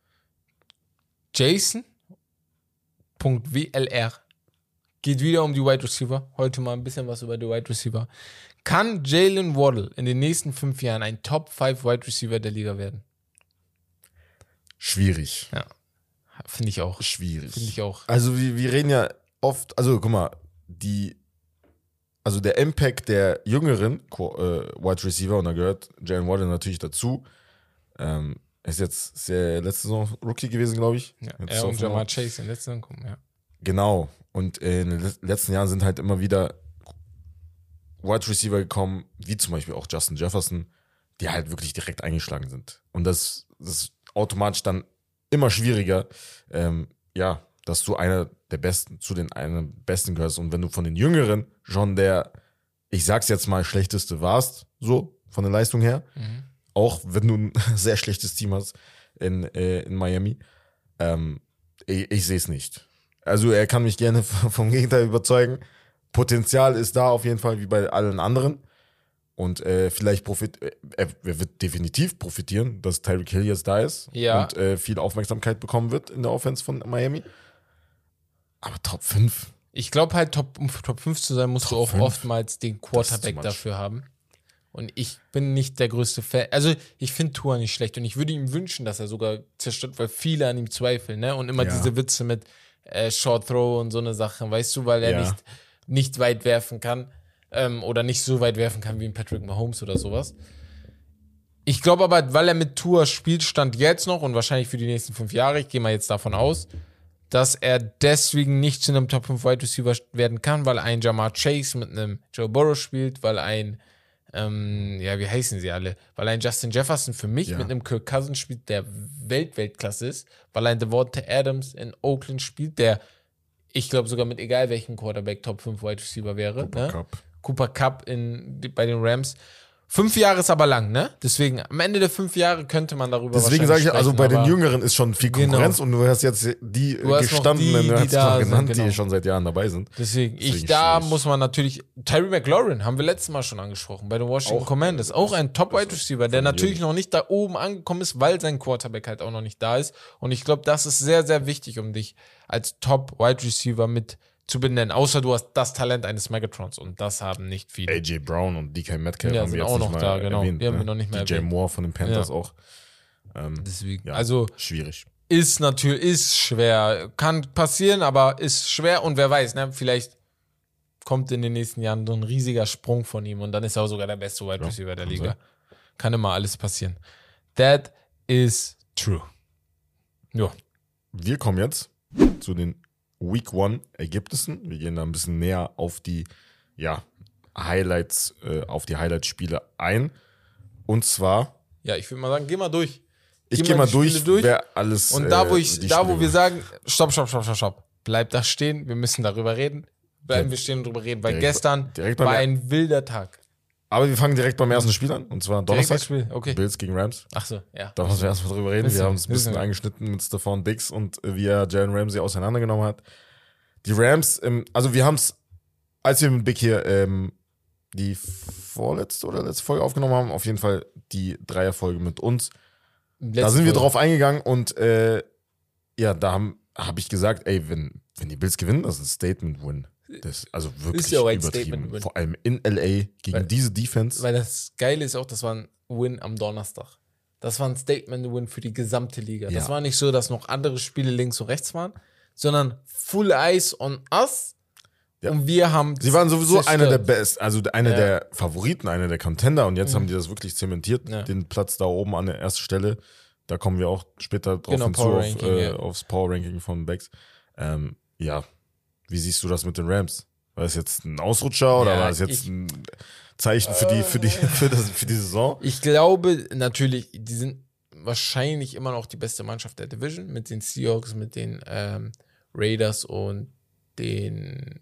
Jason.wlr. Geht wieder um die Wide Receiver. Heute mal ein bisschen was über die Wide Receiver. Kann Jalen Waddle in den nächsten fünf Jahren ein Top fünf Wide Receiver der Liga werden? Schwierig. Ja. Finde ich auch. Schwierig. Finde ich auch. Also wir, wir reden ja oft, also guck mal, die, also der Impact der jüngeren Qu- äh, Wide Receiver, und da gehört Jalen Waddle natürlich dazu, ähm, ist jetzt ist der letzte Saison Rookie gewesen, glaube ich. Ja, Jetzt er und Sophomore. Jamar Chase in den letzten kommen, ja. Genau. Und in den le- letzten Jahren sind halt immer wieder Wide Receiver gekommen, wie zum Beispiel auch Justin Jefferson, die halt wirklich direkt eingeschlagen sind. Und das, das ist automatisch dann immer schwieriger, ähm, ja, dass du einer der Besten, zu den einen Besten gehörst. Und wenn du von den Jüngeren schon der, ich sag's jetzt mal, schlechteste warst, so, von der Leistung her, Mhm. auch wenn du ein sehr schlechtes Team hast in, äh, in Miami, ähm, ich, ich sehe es nicht. Also er kann mich gerne vom Gegenteil überzeugen. Potenzial ist da auf jeden Fall, wie bei allen anderen. Und äh, vielleicht profit, äh, er, er wird definitiv profitieren, dass Tyreek Hill jetzt da ist Ja. und äh, viel Aufmerksamkeit bekommen wird in der Offense von Miami. Aber Top fünf. Ich glaube halt, Top, um Top fünf zu sein, musst Top du auch fünf? oftmals den Das Quarterback ist too much. dafür haben. Und ich bin nicht der größte Fan. Also, ich finde Tua nicht schlecht. Und ich würde ihm wünschen, dass er sogar zerstört, weil viele an ihm zweifeln, ne? Und immer Ja. diese Witze mit äh, Short Throw und so eine Sache, weißt du, weil er Ja. nicht, nicht weit werfen kann. Ähm, oder nicht so weit werfen kann wie ein Patrick Mahomes oder sowas. Ich glaube aber, weil er mit Tua spielt, stand jetzt noch und wahrscheinlich für die nächsten fünf Jahre, ich gehe mal jetzt davon aus, dass er deswegen nicht zu einem Top fünf Wide Receiver werden kann, weil ein Jamar Chase mit einem Joe Burrow spielt, weil ein, ähm, ja, wie heißen sie alle? Weil ein Justin Jefferson für mich Ja. mit einem Kirk Cousins spielt, der Welt-Weltklasse ist, weil ein Devonta Adams in Oakland spielt, der, ich glaube, sogar mit egal welchem Quarterback Top fünf Wide Receiver wäre. Cooper ne? Kupp. Cooper Cup in, bei den Rams. Fünf Jahre ist aber lang, ne? Deswegen, am Ende der fünf Jahre könnte man darüber Deswegen sage ich, wahrscheinlich also bei sprechen, den aber Jüngeren ist schon viel Konkurrenz Genau. und du hast jetzt die Du hast noch gestandenen, die, du die hast da noch sind, genannt, genau. die schon seit Jahren dabei sind. Deswegen, ich Deswegen da schwierig. muss man natürlich, Terry McLaurin haben wir letztes Mal schon angesprochen, bei den Washington Auch, Commanders, äh, auch ein Top-Wide-Receiver, der von natürlich Jungen. noch nicht da oben angekommen ist, weil sein Quarterback halt auch noch nicht da ist. Und ich glaube, das ist sehr, sehr wichtig, um dich als Top-Wide-Receiver mit zu benennen, außer du hast das Talent eines Megatrons und das haben nicht viele. A J Brown und D K Metcalf Ja, haben sind wir jetzt auch nicht noch mal da, genau. erwähnt. Die haben ne? wir noch nicht mal D J erwähnt. Moore von den Panthers Ja. auch. Ähm, Deswegen, ja, also schwierig. ist natürlich, ist schwer, kann passieren, aber ist schwer und wer weiß, ne, vielleicht kommt in den nächsten Jahren so ein riesiger Sprung von ihm und dann ist er auch sogar der beste Wide Ja, Receiver der kann Liga. sein. Kann immer alles passieren. That is true. Ja. Wir kommen jetzt zu den Week One Ergebnissen. Wir gehen da ein bisschen näher auf die ja, Highlights, äh, auf die Highlight-Spiele ein. Und zwar, Ja, ich würde mal sagen, geh mal durch. ich gehe mal die durch, Spiele durch. wer alles. Und da, wo äh, ich, die da, wo Spiele wir macht. sagen, stopp, stopp, stopp, stopp, stopp. Bleib da stehen, wir müssen darüber reden. Bleiben Ja. wir stehen und darüber reden, weil Direkt- gestern direkt war beim- ein wilder Tag. Aber wir fangen direkt beim ersten Spiel an. Und zwar Direkt Donnerstag. das Spiel, okay. Bills gegen Rams. Ach so, ja. Da müssen wir erstmal drüber reden. Wissen Wir wir, haben uns ein bisschen wissen wir. eingeschnitten mit Stephon Diggs und äh, wie er Jalen Ramsey auseinandergenommen hat. Die Rams, ähm, also wir haben es, als wir mit Big hier ähm, die vorletzte oder letzte Folge aufgenommen haben, auf jeden Fall die Dreierfolge mit uns. Letzte da sind wir Folge. drauf eingegangen und äh, ja, da habe hab ich gesagt, ey, wenn, wenn die Bills gewinnen, das ist ein Statement-Win. Das ist also wirklich Ist ja auch ein übertrieben. Statement-Win. Vor allem in L A gegen Weil- diese Defense. Weil das Geile ist auch, das war ein Win am Donnerstag. Das war ein Statement-Win für die gesamte Liga. Ja. Das war nicht so, dass noch andere Spiele links und rechts waren, sondern Full Eyes on us. Ja. Und wir haben. Sie waren sowieso zerstört. einer der Best, also einer Ja. der Favoriten, einer der Contender und jetzt haben die das wirklich zementiert, Ja. den Platz da oben an der ersten Stelle. Da kommen wir auch später drauf Genau, hinzu, Power auf, Ranking, äh, ja. aufs Power Ranking von Becks. Ähm, ja, wie siehst du das mit den Rams? War das jetzt ein Ausrutscher oder Ja, war das jetzt ich- ein Zeichen für die, für die, für das, für die Saison? Ich glaube natürlich, die sind wahrscheinlich immer noch die beste Mannschaft der Division mit den Seahawks, mit den ähm, Raiders und den.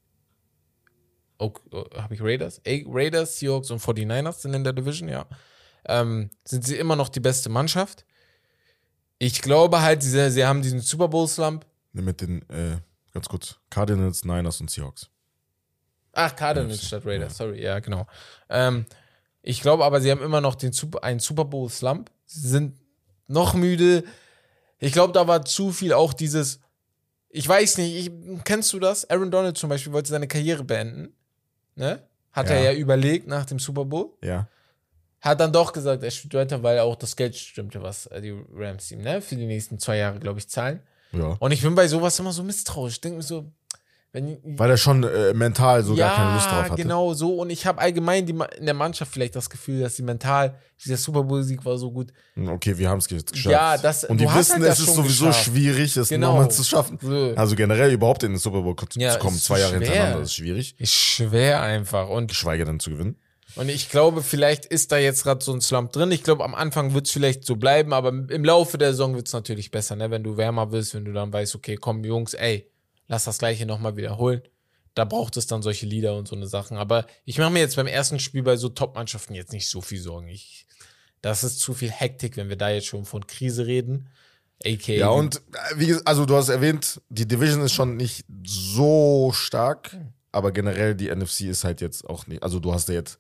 Oh, oh, habe ich Raiders? Ey, Raiders, Seahawks und forty-niners sind in der Division, ja. Ähm, sind sie immer noch die beste Mannschaft. Ich glaube halt, sie, sie haben diesen Super Bowl-Slump. Mit den, äh, ganz kurz, Cardinals, Niners und Seahawks. Ach, Cardinals statt Raiders, sorry, ja, genau. Ähm, ich glaube aber, sie haben immer noch den Super, einen Super Bowl-Slump. Sie sind noch müde. Ich glaube, da war zu viel auch dieses, ich weiß nicht, ich, kennst du das? Aaron Donald zum Beispiel wollte seine Karriere beenden. Ne? Hat Ja. er ja überlegt nach dem Super Bowl. Ja. Hat dann doch gesagt, er spielt weiter, weil auch das Geld stimmte, was äh, die Rams ihm, ne, für die nächsten zwei Jahre, glaube ich, zahlen. Ja. Und ich bin bei sowas immer so misstrauisch. Ich denke mir so, wenn Weil er schon äh, mental so gar keine Lust drauf hatte. genau so. Und ich habe allgemein die, Ma- in der Mannschaft vielleicht das Gefühl, dass sie mental, dieser Super Bowl-Sieg war so gut. Hm, Okay, wir haben es jetzt geschafft. Ja, das- und die du hast wissen, halt es das ist schon sowieso geschafft. schwierig, es Genau. nochmal zu schaffen. So. Also generell überhaupt in den Super Bowl zu Ja, kommen, ist zwei Jahre schwer. hintereinander, ist schwierig. Ist schwer einfach. Und, Geschweige denn zu gewinnen. und ich glaube, vielleicht ist da jetzt gerade so ein Slump drin. Ich glaube, am Anfang wird es vielleicht so bleiben, aber im Laufe der Saison wird es natürlich besser, ne? Wenn du wärmer wirst, wenn du dann weißt, okay, komm, Jungs, ey, lass das Gleiche nochmal wiederholen. Da braucht es dann solche Lieder und so eine Sachen. Aber ich mache mir jetzt beim ersten Spiel bei so Top-Mannschaften jetzt nicht so viel Sorgen. Ich, das ist zu viel Hektik, wenn wir da jetzt schon von Krise reden. A K A Ja, und äh, wie gesagt, also du hast erwähnt, die Division ist schon nicht so stark, aber generell die N F C ist halt jetzt auch nicht, also du hast ja jetzt,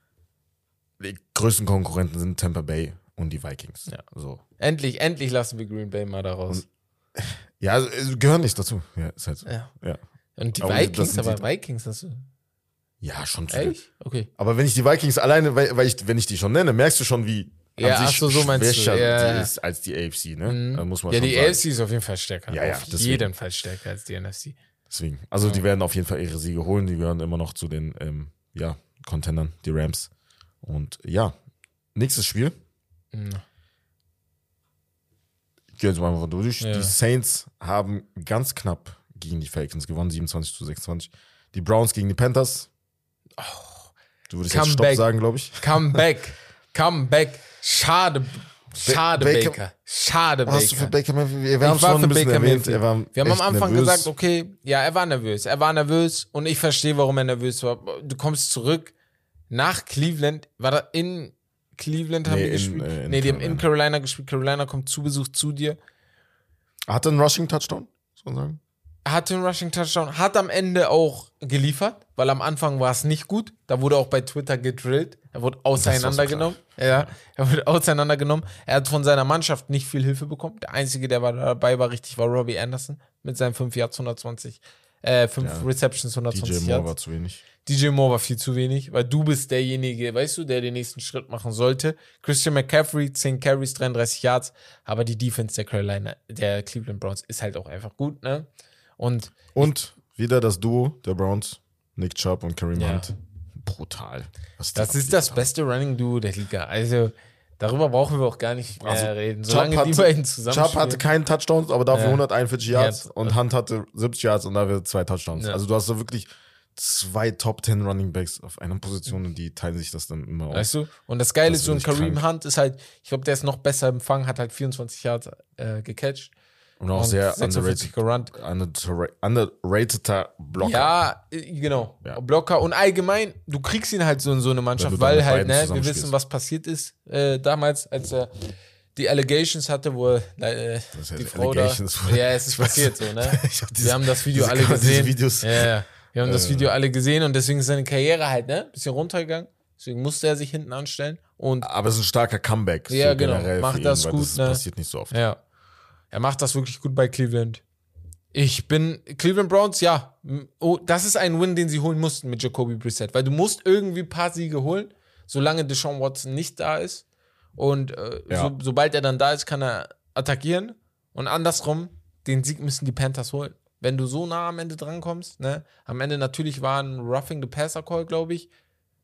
die größten Konkurrenten sind Tampa Bay und die Vikings. Ja. So. endlich, endlich lassen wir Green Bay mal da raus. Ja, also, äh, gehören nicht dazu. Ja, ist halt so. Ja. Ja, Und die Aber das Vikings, sind aber die- Vikings hast du. ja schon zu den- Echt? Okay. Aber wenn ich die Vikings alleine, weil, weil ich, wenn ich die schon nenne, merkst du schon, wie Ja, an ach sich so, so meinst du. schwächer Ja. die ist als die A F C, ne? Da muss man Ja, schon die sagen. A F C ist auf jeden Fall stärker. Ja, ja, auf deswegen. jeden Fall stärker als die N F C. Deswegen. Also die werden auf jeden Fall ihre Siege holen. Die gehören immer noch zu den ähm, ja, Contendern, die Rams. Und ja, nächstes Spiel. Mhm. gehe jetzt mal durch. Ja. Die Saints haben ganz knapp gegen die Falcons gewonnen, siebenundzwanzig zu sechsundzwanzig. Die Browns gegen die Panthers. Oh, du würdest come jetzt Stopp back. sagen, glaube ich. Come back. Come back. Schade. Schade, Baker- Baker. Schade, Was hast du Baker. für Baker Mayfield? Wir haben Ich es war schon für ein bisschen Baker erwähnt. Mayfield. Er war Wir haben am echt Anfang nervös. gesagt, okay, ja, er war nervös. Er war nervös und ich verstehe, warum er nervös war. Du kommst zurück nach Cleveland. War da in Cleveland haben Nee, die in, gespielt? äh, in nee, die haben Carolina. in Carolina gespielt. Carolina kommt zu Besuch zu dir. Hatte einen Rushing-Touchdown, muss man sagen. Hatte einen Rushing-Touchdown. Hat am Ende auch geliefert, weil am Anfang war es nicht gut. Da wurde auch bei Twitter gedrillt. Er wurde auseinandergenommen. Ja, er wurde auseinandergenommen. Er hat von seiner Mannschaft nicht viel Hilfe bekommen. Der Einzige, der war dabei war richtig, war Robbie Anderson mit seinen fünf Yards, hundertzwanzig, äh, fünf Ja. Receptions, D hundertzwanzig J Moore Yards. war zu wenig. D J Moore war viel zu wenig, weil du bist derjenige, weißt du, der den nächsten Schritt machen sollte. Christian McCaffrey, zehn Carries, dreiunddreißig Yards, aber die Defense der Carolina, der Cleveland Browns ist halt auch einfach gut, ne? Und Und wieder das Duo der Browns, Nick Chubb und Kareem Ja. Hunt. Brutal. Was die das ist abgeliefert das haben. beste Running Duo der Liga. Also, darüber brauchen wir auch gar nicht mehr Also, reden. Chubb Solange die hatte- beiden zusammen Chubb hatte keinen Touchdowns, aber dafür Ja. hunderteinundvierzig Yards Ja. und Hunt hatte siebzig Yards und dafür zwei Touchdowns. Ja. Also du hast so wirklich zwei Top zehn Running Backs auf einer Position und die teilen sich das dann immer aus. Weißt du? Und das Geile Das ist, so ein ist wirklich Kareem Hunt ist halt, ich glaube, der ist noch besser empfangen, hat halt vierundzwanzig Yards äh, gecatcht. Und auch und sehr sechsundvierzig underrated, gerannt. underrateder Blocker. Ja, äh, genau. Ja. Blocker. Und allgemein, du kriegst ihn halt so in so eine Mannschaft, Wenn du dann weil mit halt, beiden ne, wir zusammenspielst. wissen, was passiert ist äh, damals, als er die Allegations hatte, wo er, äh, Das die heißt Frau Allegations, da. Ja, es ist ich weiß. passiert so, ne? Ich hab diese- Wir haben das Video diese- alle diese gesehen. Videos. Ja, ja. Wir haben das Äh. Video alle gesehen und deswegen ist seine Karriere halt, ne, bisschen runtergegangen. Deswegen musste er sich hinten anstellen. Und Aber es ist ein starker Comeback. Ja, genau. generell für Macht ihn, das weil gut, Das ne? passiert nicht so oft. ja, er macht das wirklich gut bei Cleveland. Ich bin Cleveland Browns, ja. Oh, das ist ein Win, den sie holen mussten mit Jacoby Brissett, weil du musst irgendwie ein paar Siege holen, solange Deshaun Watson nicht da ist. Und äh, Ja. so, sobald er dann da ist, kann er attackieren. Und andersrum, den Sieg müssen die Panthers holen. Wenn du so nah am Ende drankommst, ne? Am Ende natürlich war ein Roughing the Passer Call, glaube ich.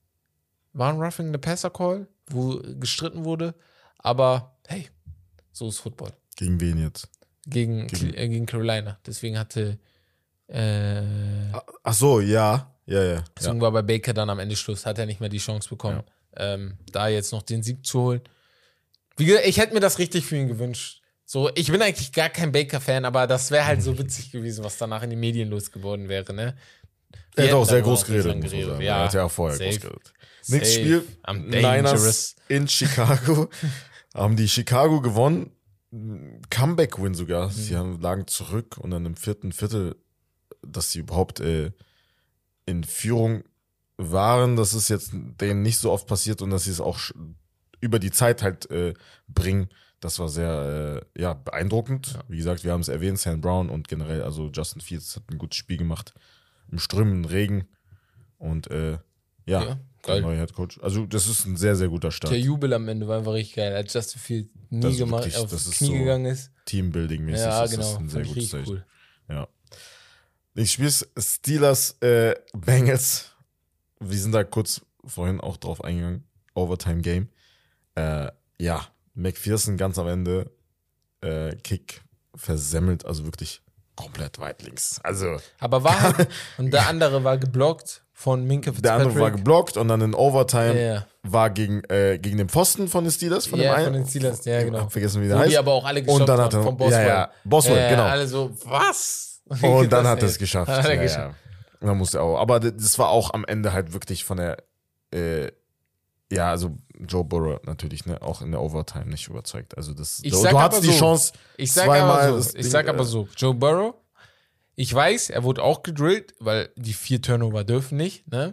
War ein Roughing the Passer Call, wo gestritten wurde. Aber hey, so ist Football. Gegen wen jetzt? Gegen, Gegen- Cle- äh, gegen Carolina. Deswegen hatte äh, Ach so, ja. Ja, ja. deswegen war bei Baker dann am Ende Schluss, hat er nicht mehr die Chance bekommen, ähm, da jetzt noch den Sieg zu holen. Wie gesagt, ich hätte mir das richtig für ihn gewünscht. So, ich bin eigentlich gar kein Baker-Fan, aber das wäre halt so witzig gewesen, was danach in den Medien losgeworden wäre, ne? Er Wir hat auch hätten sehr darüber groß noch nicht geredet, lang muss man sagen. Ja, Er hat ja auch vorher safe. groß geredet. Nächstes Safe. Spiel, I'm Niners dangerous. in Chicago. Haben die Chicago gewonnen. Comeback-Win sogar. Mhm. Sie haben, lagen zurück und dann im vierten Viertel, dass sie überhaupt äh, in Führung waren. Das ist jetzt denen nicht so oft passiert und dass sie es auch sch- über die Zeit halt äh, bringen. Das war sehr äh, ja, beeindruckend. Ja. Wie gesagt, wir haben es erwähnt, Sam Brown und generell, also Justin Fields hat ein gutes Spiel gemacht. Im strömenden Regen. Und äh, ja, Ja, der geil. neue Head Coach. Also, das ist ein sehr, sehr guter Start. Der Jubel am Ende war einfach richtig geil, als Justin Field nie Das ist gemacht, wirklich- aufs das ist Knie so gegangen ist. Teambuilding-mäßig Ja, ist genau. das ein sehr Fand ich gutes richtig Zeichen. cool. Ja. Ich spiele Steelers äh, Bengals. Wir sind da kurz vorhin auch drauf eingegangen. Overtime-Game. Äh, ja, McPherson ganz am Ende. Äh, Kick versemmelt, also wirklich komplett weit links. Also, Aber war halt, und der andere war geblockt von Minka der Fitzpatrick. andere war geblockt und dann in Overtime Ja, ja. war gegen, äh, gegen den Pfosten von den Steelers. Von Ja, dem von einen. den Steelers, ja, genau. Hab vergessen, wie der Wo heißt. die aber auch alle gestoppt und dann hat haben, er, von Boswell. Ja, ja, Boswell, Ja, genau. Alle so, was? Wie Und geht dann das hat er denn? es geschafft. Hat er ja, geschafft. Ja. Und dann musste er auch. Aber das war auch am Ende halt wirklich von der, äh, ja, also Joe Burrow natürlich, ne, auch in der Overtime nicht überzeugt. Also das, Ich du, sag du aber hattest die so, Chance, Ich sag zweimal aber das so, ich Ding, sag äh, aber so, Joe Burrow, ich weiß, er wurde auch gedrillt, weil die vier Turnover dürfen nicht, ne?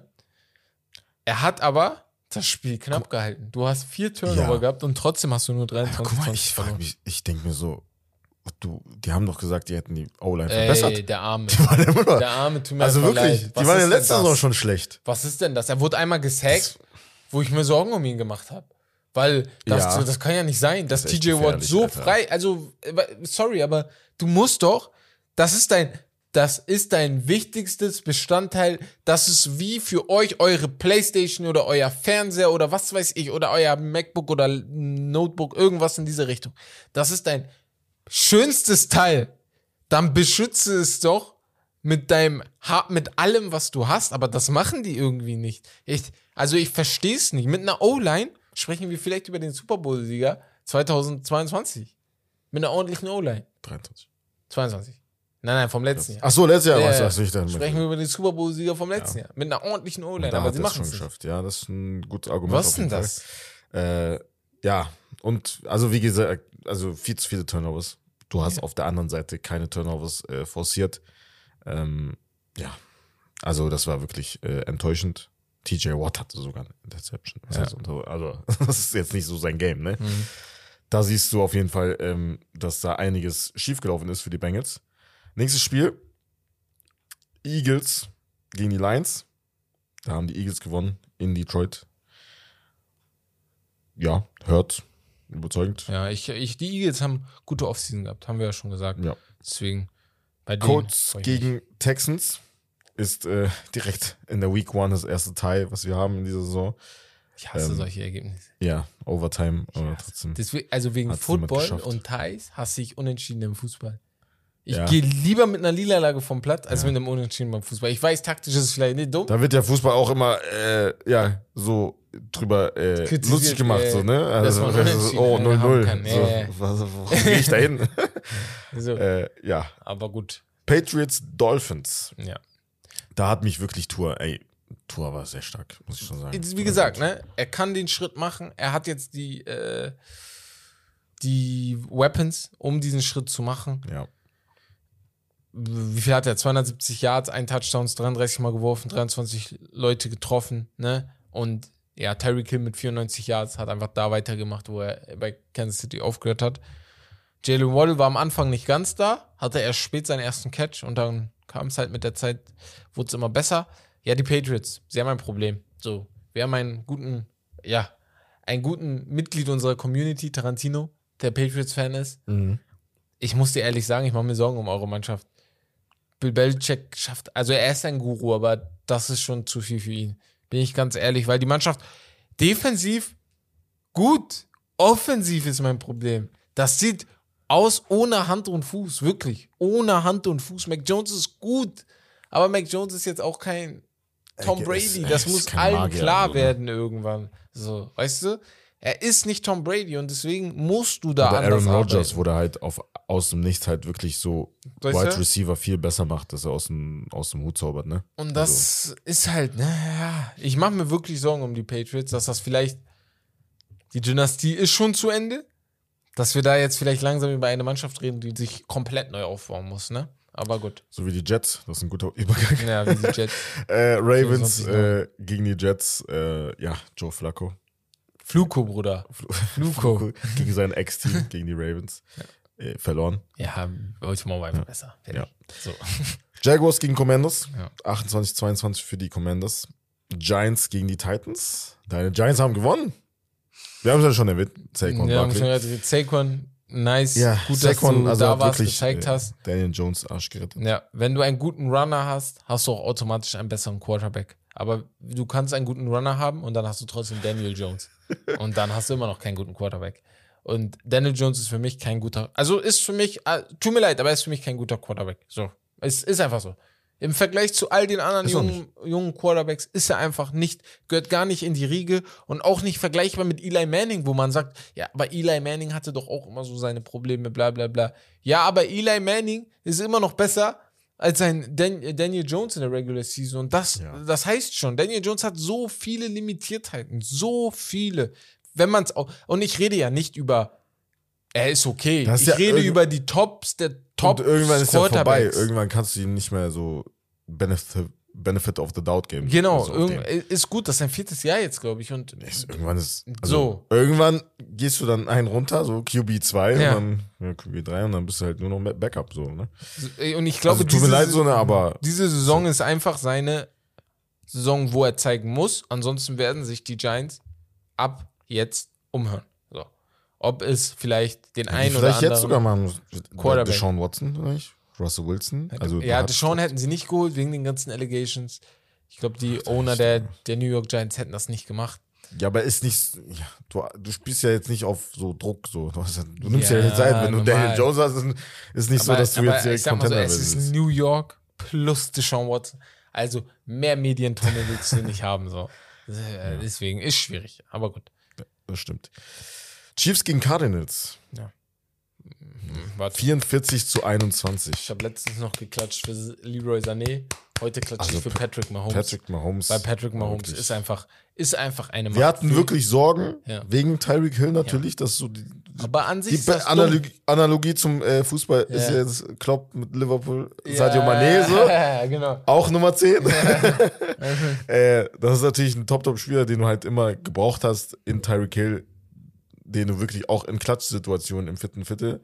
Er hat aber das Spiel knapp gehalten. Du hast vier Turnover Ja. gehabt und trotzdem hast du nur Ja, dreiundzwanzig guck mal, zwanzig ich frage verloren. mich, ich denke mir so, du, die haben doch gesagt, die hätten die O-Line verbessert. Ey, der Arme. Die waren immer noch, Der Arme tut mir also einfach wirklich, leid. die Was waren ist ja denn letzte das? Saison schon schlecht. Was ist denn das? Er wurde einmal gesackt, wo ich mir Sorgen um ihn gemacht habe. Weil das, Ja. das kann ja nicht sein, dass Das ist T echt J Watt gefährlich, so Alter. frei, also äh, sorry, aber du musst doch, das ist dein, das ist dein wichtigstes Bestandteil, das ist wie für euch eure Playstation oder euer Fernseher oder was weiß ich oder euer MacBook oder Notebook, irgendwas in diese Richtung. Das ist dein schönstes Teil. Dann beschütze es doch mit deinem ha- mit allem, was du hast, aber das machen die irgendwie nicht. Ich, also ich verstehe es nicht. Mit einer O-Line sprechen wir vielleicht über den Super Bowl-Sieger zweitausendzweiundzwanzig. Mit einer ordentlichen O-Line. dreiundzwanzig. zweiundzwanzig. Nein, nein, vom letzten Jahr. Ach so, letztes Jahr. Ja, was ja. sagst du ich dann? Sprechen wir über den Super Bowl-Sieger vom letzten Ja. Jahr. Mit einer ordentlichen O-Line, Da aber hat sie er es machen schon es nicht. geschafft. Ja, das ist ein gutes Argument. Was auf ist denn jeden das? Fall. Äh, ja, und also wie gesagt, also viel zu viele Turnovers. Du hast Ja. auf der anderen Seite keine Turnovers äh, forciert. Ähm, ja, also das war wirklich äh, enttäuschend. T J Watt hatte sogar eine Interception. Das Ja. heißt, also das ist jetzt nicht so sein Game, ne? Mhm. Da siehst du auf jeden Fall, ähm, dass da einiges schiefgelaufen ist für die Bengals. Nächstes Spiel. Eagles gegen die Lions. Da haben die Eagles gewonnen in Detroit. Ja, hört. Überzeugend. Ja, ich, ich, die Eagles haben gute Offseason gehabt, haben wir ja schon gesagt. Ja. Deswegen bei denen Colts freu ich gegen mich. Texans ist äh, direkt in der Week One das erste Teil, was wir haben in dieser Saison. Ich hasse ähm, solche Ergebnisse. Ja, Overtime, aber trotzdem. Deswegen, also wegen Hat's niemand Football geschafft. und Ties hasse ich Unentschieden im Fußball. Ich Ja. gehe lieber mit einer Niederlage vom Platz, als Ja. mit einem Unentschieden beim Fußball. Ich weiß, taktisch ist es vielleicht nicht dumm. Da wird der Fußball auch immer äh, ja, so drüber äh, Kritisiert, lustig gemacht, äh, so, ne? dass man so, unentschieden, oh, äh, null null. haben kann. So, Ja, ja. was, wo gehe ich da hin? So, äh, ja. aber gut. Patriots, Dolphins. Ja. Da hat mich wirklich Tour, ey, Tour war sehr stark, muss ich schon sagen. Wie gesagt, ne, er kann den Schritt machen. Er hat jetzt die, äh, die Weapons, um diesen Schritt zu machen. Ja. Wie viel hat er? zweihundertsiebzig Yards, ein Touchdowns, dreiunddreißig Mal geworfen, dreiundzwanzig Leute getroffen, ne? Und ja, Tyreek Hill mit vierundneunzig Yards hat einfach da weitergemacht, wo er bei Kansas City aufgehört hat. Jalen Waddle war am Anfang nicht ganz da, hatte erst spät seinen ersten Catch und dann kam es halt mit der Zeit, wurde es immer besser. Ja, die Patriots, sie haben ein Problem. So, wir haben einen guten, ja, einen guten Mitglied unserer Community, Tarantino, der Patriots-Fan ist. Mhm. Ich muss dir ehrlich sagen, ich mache mir Sorgen um eure Mannschaft. Bill Belichick schafft, also er ist ein Guru, aber das ist schon zu viel für ihn. Bin ich ganz ehrlich, weil die Mannschaft defensiv gut, offensiv ist mein Problem. Das sieht aus ohne Hand und Fuß, wirklich. Ohne Hand und Fuß. Mac Jones ist gut, aber Mac Jones ist jetzt auch kein Tom Er ist- Brady. er Das ist muss kein allen Magier, klar also, ne? werden irgendwann. So, weißt du? Er ist nicht Tom Brady und deswegen musst du da Oder anders Aaron Rodgers, arbeiten. wo der halt auf, aus dem Nichts halt wirklich so Weißt Wide du? Receiver viel besser macht, dass er aus dem, aus dem Hut zaubert, ne? Und das ist halt, naja, ich mache mir wirklich Sorgen um die Patriots, dass das vielleicht, die Dynastie ist schon zu Ende, dass wir da jetzt vielleicht langsam über eine Mannschaft reden, die sich komplett neu aufbauen muss, ne? Aber gut. So wie die Jets, das ist ein guter Übergang. Ja, wie die Jets. Äh, Ravens vierundzwanzig äh, gegen die Jets, äh, ja, Joe Flacco. Fluko, Bruder. Fluko. Gegen sein Ex-Team, gegen die Ravens. Äh, verloren. Ja, heute Morgen war einfach besser. Ja. So. Jaguars gegen Commanders. Ja. achtundzwanzig zweiundzwanzig für die Commanders. Giants gegen die Titans. Deine Giants haben gewonnen. Wir haben es ja schon erwähnt. Saquon Ja, haben schon Barkley. gesagt, Saquon, nice. Ja, gut, Saquon, dass du also da hat warst, wirklich gezeigt äh, hast. Daniel Jones Arsch gerettet. Ja, wenn du einen guten Runner hast, hast du auch automatisch einen besseren Quarterback. Aber du kannst einen guten Runner haben und dann hast du trotzdem Daniel Jones. Und dann hast du immer noch keinen guten Quarterback. Und Daniel Jones ist für mich kein guter, also ist für mich, äh, tut mir leid, aber er ist für mich kein guter Quarterback. So, es ist einfach so. Im Vergleich zu all den anderen Ist auch jungen, jungen Quarterbacks ist er einfach nicht, gehört gar nicht in die Riege und auch nicht vergleichbar mit Eli Manning, wo man sagt, ja, aber Eli Manning hatte doch auch immer so seine Probleme, bla bla bla. Ja, aber Eli Manning ist immer noch besser als ein Dan Daniel Jones in der Regular Season. Und das, Ja. das heißt schon, Daniel Jones hat so viele Limitiertheiten, so viele. Wenn man es auch, und ich rede ja nicht über, er ist okay. Das ist ich ja rede irgend- über die Tops der Top Und irgendwann ist ja vorbei. Quarterbacks. Irgendwann kannst du ihm nicht mehr so Benefit, Benefit of the Doubt geben. Genau, Also auf irgend, den. ist gut, das ist sein viertes Jahr jetzt, glaube ich. Und Ist- Irgendwann ist. Also So. Irgendwann gehst du dann einen runter, so Q B zwei Ja. und dann ja, Q B drei und dann bist du halt nur noch mit Backup, so, ne? und ich glaube, Also, tut mir diese, leid, so, ne, aber. diese Saison ist einfach seine Saison, wo er zeigen muss. Ansonsten werden sich die Giants ab jetzt umhören. So. Ob es vielleicht den Die einen oder vielleicht anderen jetzt sogar mal Quarterback. Deshaun Watson, vielleicht? Russell Wilson. Also, ja, da Deshaun hat- hätten sie nicht geholt wegen den ganzen Allegations. Ich glaube, die Ach, Owner echt, der, ja. der New York Giants hätten das nicht gemacht. Ja, aber ist nicht, ja, du, du spielst ja jetzt nicht auf so Druck, so. Du, hast, du nimmst ja, Ja, ja Zeit, wenn du normal. Daniel Jones hast, ist, ist nicht aber, so, dass du aber jetzt ich direkt sag mal so, Contender es ist bist. New York plus Deshaun Watson. Also mehr Medientonne willst du nicht haben, so. Ja. Deswegen ist schwierig, aber gut. Ja, das stimmt. Chiefs gegen Cardinals. Ja. Warte. vierundvierzig zu einundzwanzig. Ich habe letztens noch geklatscht für Leroy Sané. Heute klatsche Also ich für Patrick Mahomes. Patrick Mahomes. Weil Patrick Mahomes wirklich. ist einfach, ist einfach eine Wir hatten Macht. wirklich Sorgen, Ja. wegen Tyreek Hill natürlich, dass so die, Aber an sich die ist das Analogie, Analogie zum äh, Fußball Ja. ist ja jetzt Klopp mit Liverpool, dumm. Sadio Ja, Mané so. Ja, genau. Auch Nummer zehn. äh, das ist natürlich ein Top-Top-Spieler, den du halt immer gebraucht hast in Tyreek Hill, den du wirklich auch in Klatschsituationen im vierten Viertel.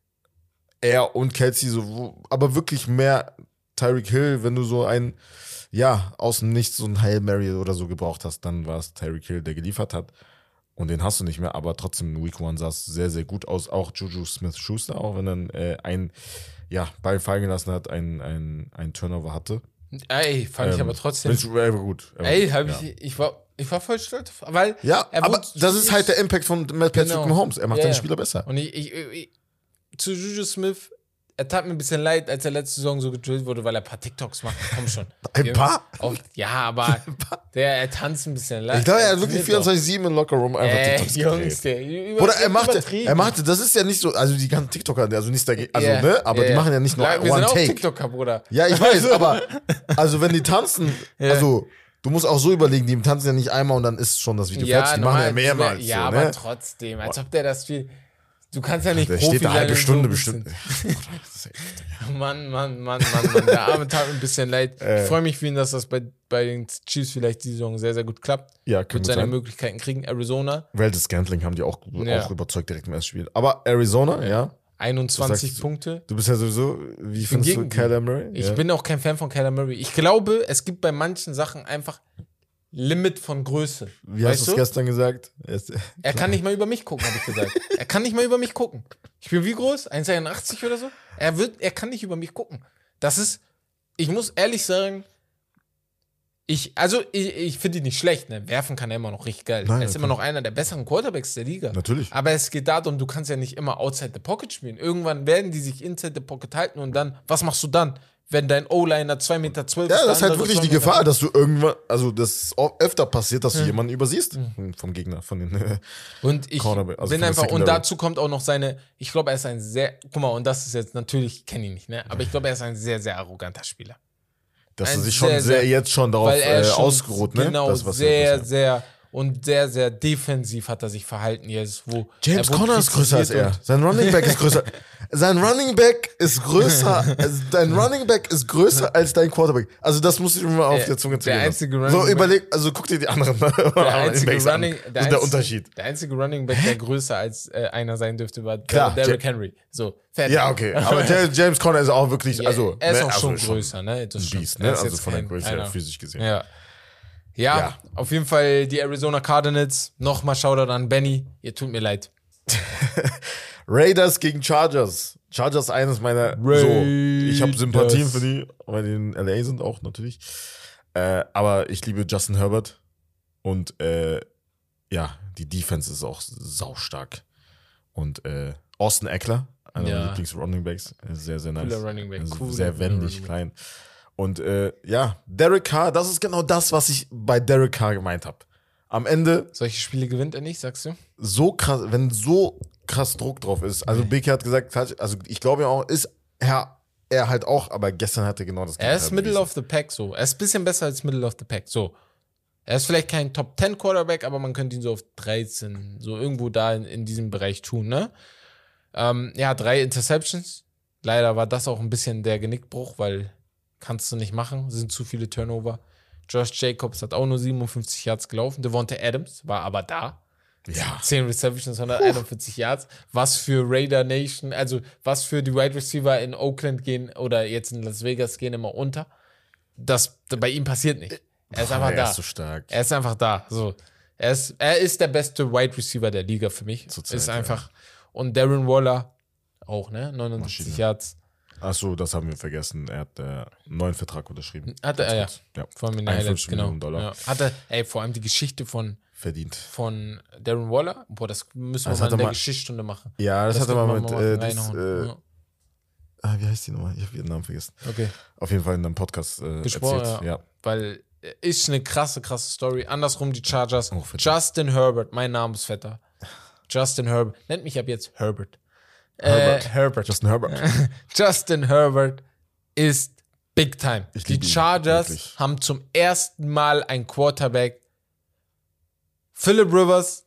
Er und Kelsey so, wo- aber wirklich mehr Tyreek Hill, wenn du so ein, ja, aus dem Nichts so ein Hail Mary oder so gebraucht hast, dann war es Tyreek Hill, der geliefert hat. Und den hast du nicht mehr, aber trotzdem in Week One sah es sehr, sehr gut aus. Auch Juju Smith-Schuster, auch wenn er äh, ein ja, Ball fallen gelassen hat, ein, ein, ein Turnover hatte. Ey, fand ich Ähm, aber trotzdem. Er war gut. Er war Ey, gut, hab ja. ich, ich war, ich war voll stolz, weil Ja, er aber wurde das ist halt der Impact von Matt Patrick Genau. Mahomes. Er macht Ja, seine ja. Spieler besser. Und ich, ich, ich, zu Juju Smith, er tat mir ein bisschen leid, als er letzte Saison so gedrillt wurde, weil er ein paar TikToks macht. Komm schon. Ein Wir- paar? Auf, ja, aber der, er tanzt ein bisschen leid. Ich glaube, er hat wirklich trainiert vierundzwanzig sieben im Lockerroom doch. einfach Ey, TikToks Jungs, gedreht. der über, Oder er machte, übertrieben. er machte, das ist ja nicht so, also die ganzen TikToker, also nicht dagegen, also, Ja, ne, aber ja, die ja. machen ja nicht nur Klar, wir One sind auch Take. TikToker, Bruder. Ja, ich weiß, aber, also wenn die tanzen, Ja. also, du musst auch so überlegen, die tanzen ja nicht einmal und dann ist schon das Video fertig, die machen ja mehrmals. Ja, so, aber ne? trotzdem, als ob der das viel. Du kannst ja nicht Der Profi steht eine sein halbe und Stunde so bestimmt. bisschen- Mann, Mann, Mann, Mann, Mann. Der Arme tat mir ein bisschen leid. Äh. Ich freue mich für ihn, dass das bei, bei den Chiefs vielleicht die Saison sehr, sehr gut klappt. Ja, kann Wird gut seine sein. Möglichkeiten kriegen. Arizona, Welt des Gambling haben die auch, Ja. auch überzeugt direkt im ersten Spiel. Aber Arizona, ja. einundzwanzig Du sagst- Punkte. Du bist ja sowieso, wie bin findest du gegen die. Kyler Murray? Ich ja. bin auch kein Fan von Kyler Murray. Ich glaube, es gibt bei manchen Sachen einfach Limit von Größe. Wie hast weißt du es du? gestern gesagt? Er ist- Er kann nicht mal über mich gucken, habe ich gesagt. Er kann nicht mal über mich gucken. Ich bin wie groß? eins Komma einundachtzig oder so? Er wird, er kann nicht über mich gucken. Das ist, ich muss ehrlich sagen, ich, also ich, ich finde ihn nicht schlecht, ne? Werfen kann er immer noch richtig geil. Nein, er ist er immer kann- noch einer der besseren Quarterbacks der Liga. Natürlich. Aber es geht darum, du kannst ja nicht immer outside the pocket spielen. Irgendwann werden die sich inside the pocket halten und dann, was machst du dann? Wenn dein O-Liner zwei Meter zwölf Ja, ist, das ist der halt andere wirklich die zwei Meter Gefahr, dass du irgendwann, also das ist auch öfter passiert, dass du Ja. jemanden übersiehst vom Gegner, von den äh, Und ich Cornerback, also bin von der einfach, und Secondary. dazu kommt auch noch seine, ich glaube, er ist ein sehr, guck mal, und das ist jetzt natürlich, ich kenne ihn nicht, ne? Aber ich glaube, er ist ein sehr, sehr arroganter Spieler. dass ein er sich schon sehr, sehr, sehr- jetzt schon darauf Weil er äh, schon ausgeruht, ne? genau Das, was sehr, er, sehr, und sehr, sehr defensiv hat er sich verhalten jetzt, wo James er wurde Conner ist größer als kritisiert er. und- Sein Running Back ist größer. Sein Running Back ist größer. Also dein Running Back ist größer als dein Quarterback. Also das muss ich mir mal auf Der- der Zunge der zergehen lassen. einzige Running So Back- überleg, also guck dir die anderen Der einzige Backs an. Running, Das ist der, der einzige, Unterschied. der einzige Running Back, der größer als äh, einer sein dürfte, war Klar, Derrick Henry. So, fertig. Ja, okay. Aber der James Conner ist auch wirklich, Ja, also er ist ne, auch also schon größer, ne? Das ein stimmt. Biest, Er ne? ist Also jetzt von der kein- Größe her einer. physisch gesehen. Ja. ja. Ja. auf jeden Fall die Arizona Cardinals. Nochmal Shoutout an Benny. Ihr tut mir leid. Raiders gegen Chargers. Chargers eines meiner, so, ich habe Sympathien Raiders. für die, weil die in L A sind auch natürlich. Äh, aber ich liebe Justin Herbert und äh, ja, die Defense ist auch saustark. Und äh, Austin Eckler, einer Ja. meiner Lieblings-Runningbacks, sehr, sehr nice. Cooler Running Back. Also Cooler, sehr cooler wendig, Running Back. klein. Und äh, ja, Derek Carr, das ist genau das, was ich bei Derek Carr gemeint habe. Am Ende Solche Spiele gewinnt er nicht, sagst du? so krass, wenn so krass Druck drauf ist. Also Beke hat gesagt, also ich glaube ja auch, ist er, er halt auch, aber gestern hatte genau das Er ist Gegenteil Middle bewiesen. of the Pack, so. Er ist ein bisschen besser als Middle of the Pack, so. Er ist vielleicht kein Top zehn Quarterback, aber man könnte ihn so auf dreizehn, so irgendwo da in, in diesem Bereich tun, ne? Ähm, ja, drei Interceptions. Leider war das auch ein bisschen der Genickbruch, weil kannst du nicht machen, sind zu viele Turnover. Josh Jacobs hat auch nur siebenundfünfzig Yards gelaufen. Devonta Adams war aber da. Ja. zehn Receptions, hunderteinundvierzig Yards. Was für Raider Nation, also was für die Wide Receiver in Oakland gehen oder jetzt in Las Vegas gehen immer unter. Das bei ihm passiert nicht. Er ist Boah, einfach er da. ist so stark. Er ist einfach da. So. Er, ist, er ist der beste Wide Receiver der Liga für mich. Zurzeit, ist einfach. Und Darren Waller auch, ne? neunundsiebzig Maschine. Yards. Achso, das haben wir vergessen. Er hat äh, einen neuen Vertrag unterschrieben. Hatte er, ja. ja. Vor allem in den Highlights, genau. Millionen Dollar. Ja. Hatte, ey, vor allem die Geschichte von verdient. Von Darren Waller. Boah, das müssen wir das mal in der mal, Geschichtsstunde machen. Ja, das, das hat er mal mit, äh, das, äh, ja. ah, wie heißt die nochmal? Ich habe ihren Namen vergessen. Okay. Auf jeden Fall in einem Podcast äh, Besprochen, erzählt. Ja. Ja. Weil ist eine krasse, krasse Story. Andersrum die Chargers. Oh, Justin Herbert, mein Namensvetter. Justin Herbert. Nennt mich ab jetzt Herbert. Herbert. Äh, Herbert. Justin Herbert. Justin Herbert ist big time. Ich die Chargers ihn, haben zum ersten Mal ein Quarterback. Phillip Rivers,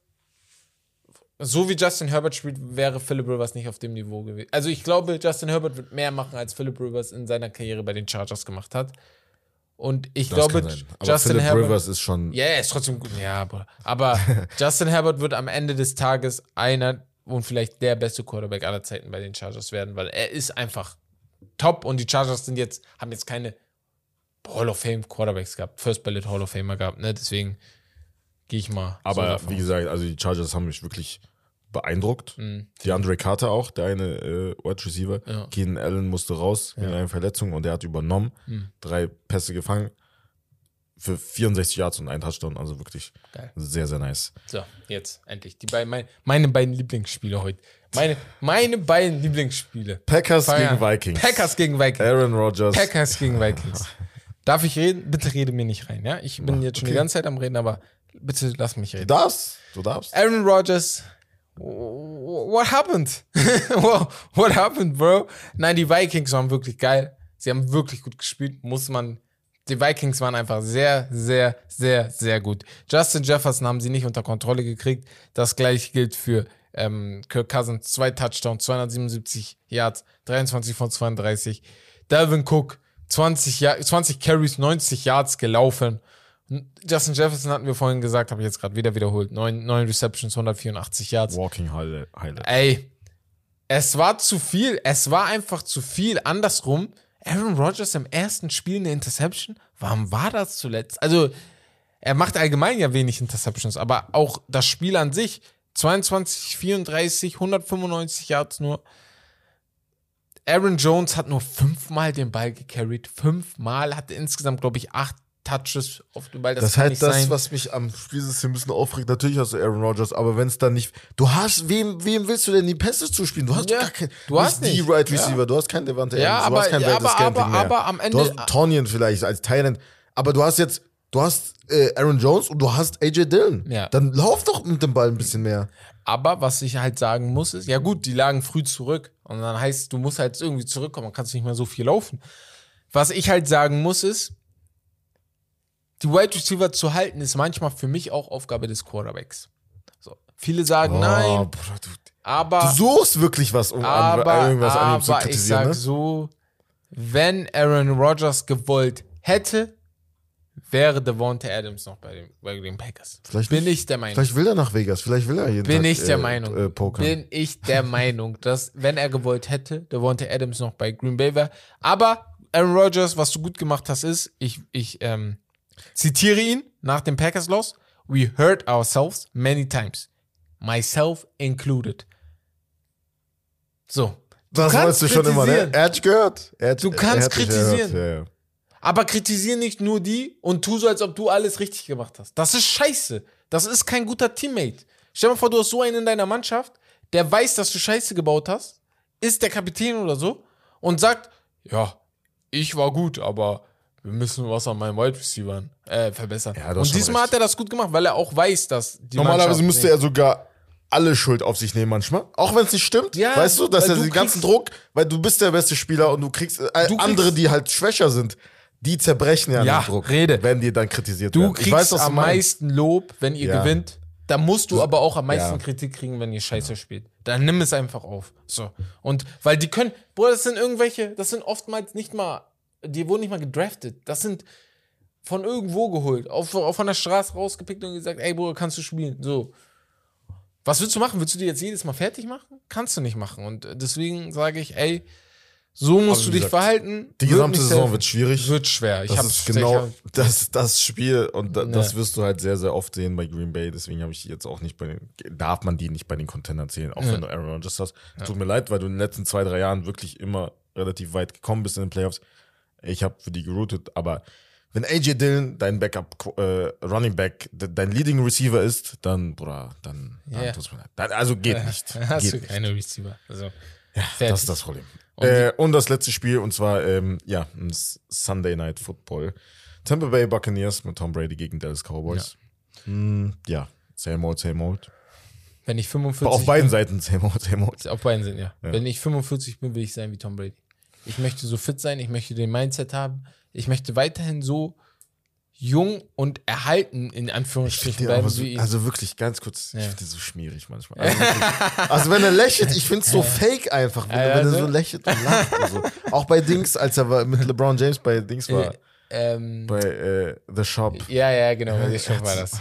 so wie Justin Herbert spielt, wäre Phillip Rivers nicht auf dem Niveau gewesen. Also ich glaube, Justin Herbert wird mehr machen, als Phillip Rivers in seiner Karriere bei den Chargers gemacht hat. Und ich das glaube, Justin Phillip Herbert Rivers ist schon. Ja, yeah, ist trotzdem gut. Ja, aber, aber Justin Herbert wird am Ende des Tages einer und vielleicht der beste Quarterback aller Zeiten bei den Chargers werden, weil er ist einfach top und die Chargers sind jetzt, haben jetzt keine Hall of Fame Quarterbacks gehabt, First Ballot Hall of Famer gehabt, ne? Deswegen gehe ich mal. Aber so wie gesagt, also die Chargers haben mich wirklich beeindruckt. Mhm. Die Andre Carter auch, der eine äh, Wide Receiver. Ja. Keenan Allen musste raus ja. wegen einer Verletzung und der hat übernommen. Mhm. Drei Pässe gefangen für vierundsechzig Yards und einen Touchdown. Also wirklich geil. Sehr, sehr nice. So, jetzt endlich. Die beiden, mein, meine beiden Lieblingsspiele heute. Meine, meine beiden Lieblingsspiele. Packers Feiern. gegen Vikings. Packers gegen Vikings. Aaron Rodgers. Packers gegen Vikings. Darf ich reden? Bitte rede mir nicht rein, ja? Ich bin jetzt schon okay. die ganze Zeit am Reden, aber bitte lass mich reden. Du darfst. Du darfst. Aaron Rodgers. What happened? What happened, bro? Nein, die Vikings waren wirklich geil. Sie haben wirklich gut gespielt, muss man. Die Vikings waren einfach sehr, sehr, sehr, sehr gut. Justin Jefferson haben sie nicht unter Kontrolle gekriegt. Das gleiche gilt für ähm, Kirk Cousins. Zwei Touchdowns, zweihundertsiebenundsiebzig Yards, dreiundzwanzig von zweiunddreißig. Dalvin Cook, zwanzig, zwanzig Carries, neunzig Yards gelaufen. Justin Jefferson hatten wir vorhin gesagt, habe ich jetzt gerade wieder wiederholt. Neun, neun Receptions, hundertvierundachtzig Yards. Walking Highlight. Ey, es war zu viel. Es war einfach zu viel. Andersrum, Aaron Rodgers im ersten Spiel eine Interception? Warum war das zuletzt? Also, er macht allgemein ja wenig Interceptions, aber auch das Spiel an sich, zweiundzwanzig, vierunddreißig, hundertfünfundneunzig Yards nur. Aaron Jones hat nur fünfmal den Ball gecarried. Fünfmal, hatte insgesamt, glaube ich, acht Touches auf den Ball. Das, das ist halt das, sein. was mich am Spielsystem ein bisschen aufregt. Natürlich hast du Aaron Rodgers, aber wenn es dann nicht. Du hast, wem, wem willst du denn die Pässe zuspielen? Du hast ja, gar keinen. Du hast nicht die Right Receiver, ja. du hast keinen Devante ja, Adams, aber, du hast keinen ja, aber, aber, mehr. aber am Ende. Du hast Tonyan vielleicht als Thailand, aber du hast jetzt, du hast äh, Aaron Jones und du hast A J Dillon. Ja. Dann lauf doch mit dem Ball ein bisschen mehr. Aber was ich halt sagen muss, ist, ja gut, die lagen früh zurück und dann heißt, du musst halt irgendwie zurückkommen, dann kannst du nicht mehr so viel laufen. Was ich halt sagen muss, ist, die Wide Receiver zu halten, ist manchmal für mich auch Aufgabe des Quarterbacks. So. Viele sagen, oh, nein, Bro, du, aber... Du suchst wirklich was, um aber, an, irgendwas aber an ihm zu kritisieren, ich sag ne? so, wenn Aaron Rodgers gewollt hätte, wäre Devonta Adams noch bei, dem, bei den Packers. Vielleicht Bin nicht, ich der Meinung. Vielleicht will er nach Vegas, vielleicht will er jeden Bin Tag, ich der äh, Meinung. Äh, pokern. Bin ich der Meinung, dass, wenn er gewollt hätte, Devonta Adams noch bei Green Bay wäre. Aber Aaron Rodgers, was du gut gemacht hast, ist, ich, ich, ähm, zitiere ihn nach dem Packers-Loss. We hurt ourselves many times. Myself included. So. Das wolltest du schon immer, ne? Er hat gehört. Er hat, du kannst er kritisieren. Ja, ja. Aber kritisiere nicht nur die und tu so, als ob du alles richtig gemacht hast. Das ist scheiße. Das ist kein guter Teammate. Stell dir mal vor, du hast so einen in deiner Mannschaft, der weiß, dass du Scheiße gebaut hast, ist der Kapitän oder so und sagt, ja, ich war gut, aber wir müssen was an meinen Wide Receivern äh, verbessern. Ja, und diesmal recht. hat er das gut gemacht, weil er auch weiß, dass die Normalerweise müsste er sogar alle Schuld auf sich nehmen manchmal. Auch wenn es nicht stimmt. Ja, weißt du, dass er den ganzen Druck, weil du bist der beste Spieler und du kriegst äh, du andere, kriegst, die halt schwächer sind, die zerbrechen ja, ja den Druck, rede. wenn die dann kritisiert du werden. Du kriegst weiß, am meisten Lob, wenn ihr ja. gewinnt. Da musst du aber auch am meisten ja. Kritik kriegen, wenn ihr Scheiße ja. spielt. Dann nimm es einfach auf. So. Und weil die können, Bruder, das sind irgendwelche, das sind oftmals nicht mal, die wurden nicht mal gedraftet. Das sind von irgendwo geholt, auf, auf von der Straße rausgepickt und gesagt, ey Bruder, kannst du spielen? So. Was willst du machen? Willst du die jetzt jedes Mal fertig machen? Kannst du nicht machen. Und deswegen sage ich, ey, so musst du dich gesagt, verhalten. Die gesamte Saison helfen. wird schwierig. Wird schwer. Ich das ist genau das, das Spiel und da, das wirst du halt sehr, sehr oft sehen bei Green Bay. Deswegen habe ich jetzt auch nicht bei den, darf man die nicht bei den Contendern zählen, auch ja. wenn du Aaron Rodgers hast. Ja. Tut mir leid, weil du in den letzten zwei, drei Jahren wirklich immer relativ weit gekommen bist in den Playoffs. Ich habe für die geroutet, aber wenn A J Dillon dein Backup äh, Running Back, de, dein Leading Receiver ist, dann, Bruder, dann, dann Ja. tut's mir leid. Dann, also geht nicht. Hast geht du nicht. keine Receiver. Also, Ja, fertig. das ist das Problem. Und, Äh, und das letzte Spiel, und zwar, ähm, ja, ein Sunday Night Football. Tampa Bay Buccaneers mit Tom Brady gegen Dallas Cowboys. Ja, hm, ja. Same old, same old. Wenn ich fünfundvierzig Aber auf beiden bin, Seiten same old, same old. auf beiden sind, ja. Ja. Wenn ich fünfundvierzig bin, will ich sein wie Tom Brady. Ich möchte so fit sein, ich möchte den Mindset haben, ich möchte weiterhin so jung und erhalten, in Anführungsstrichen, Ja, bleiben aber so, wie ich. also wirklich, ganz kurz, ich Ja. finde das so schmierig manchmal. Also, wirklich, also wenn er lächelt, ich finde es so fake einfach, wenn, Ja, ja, wenn er ne? so lächelt und lacht und so. Auch bei Dings, als er war, mit LeBron James bei Dings war, ähm, bei äh, The Shop. ja, ja, genau, bei ich schon war das.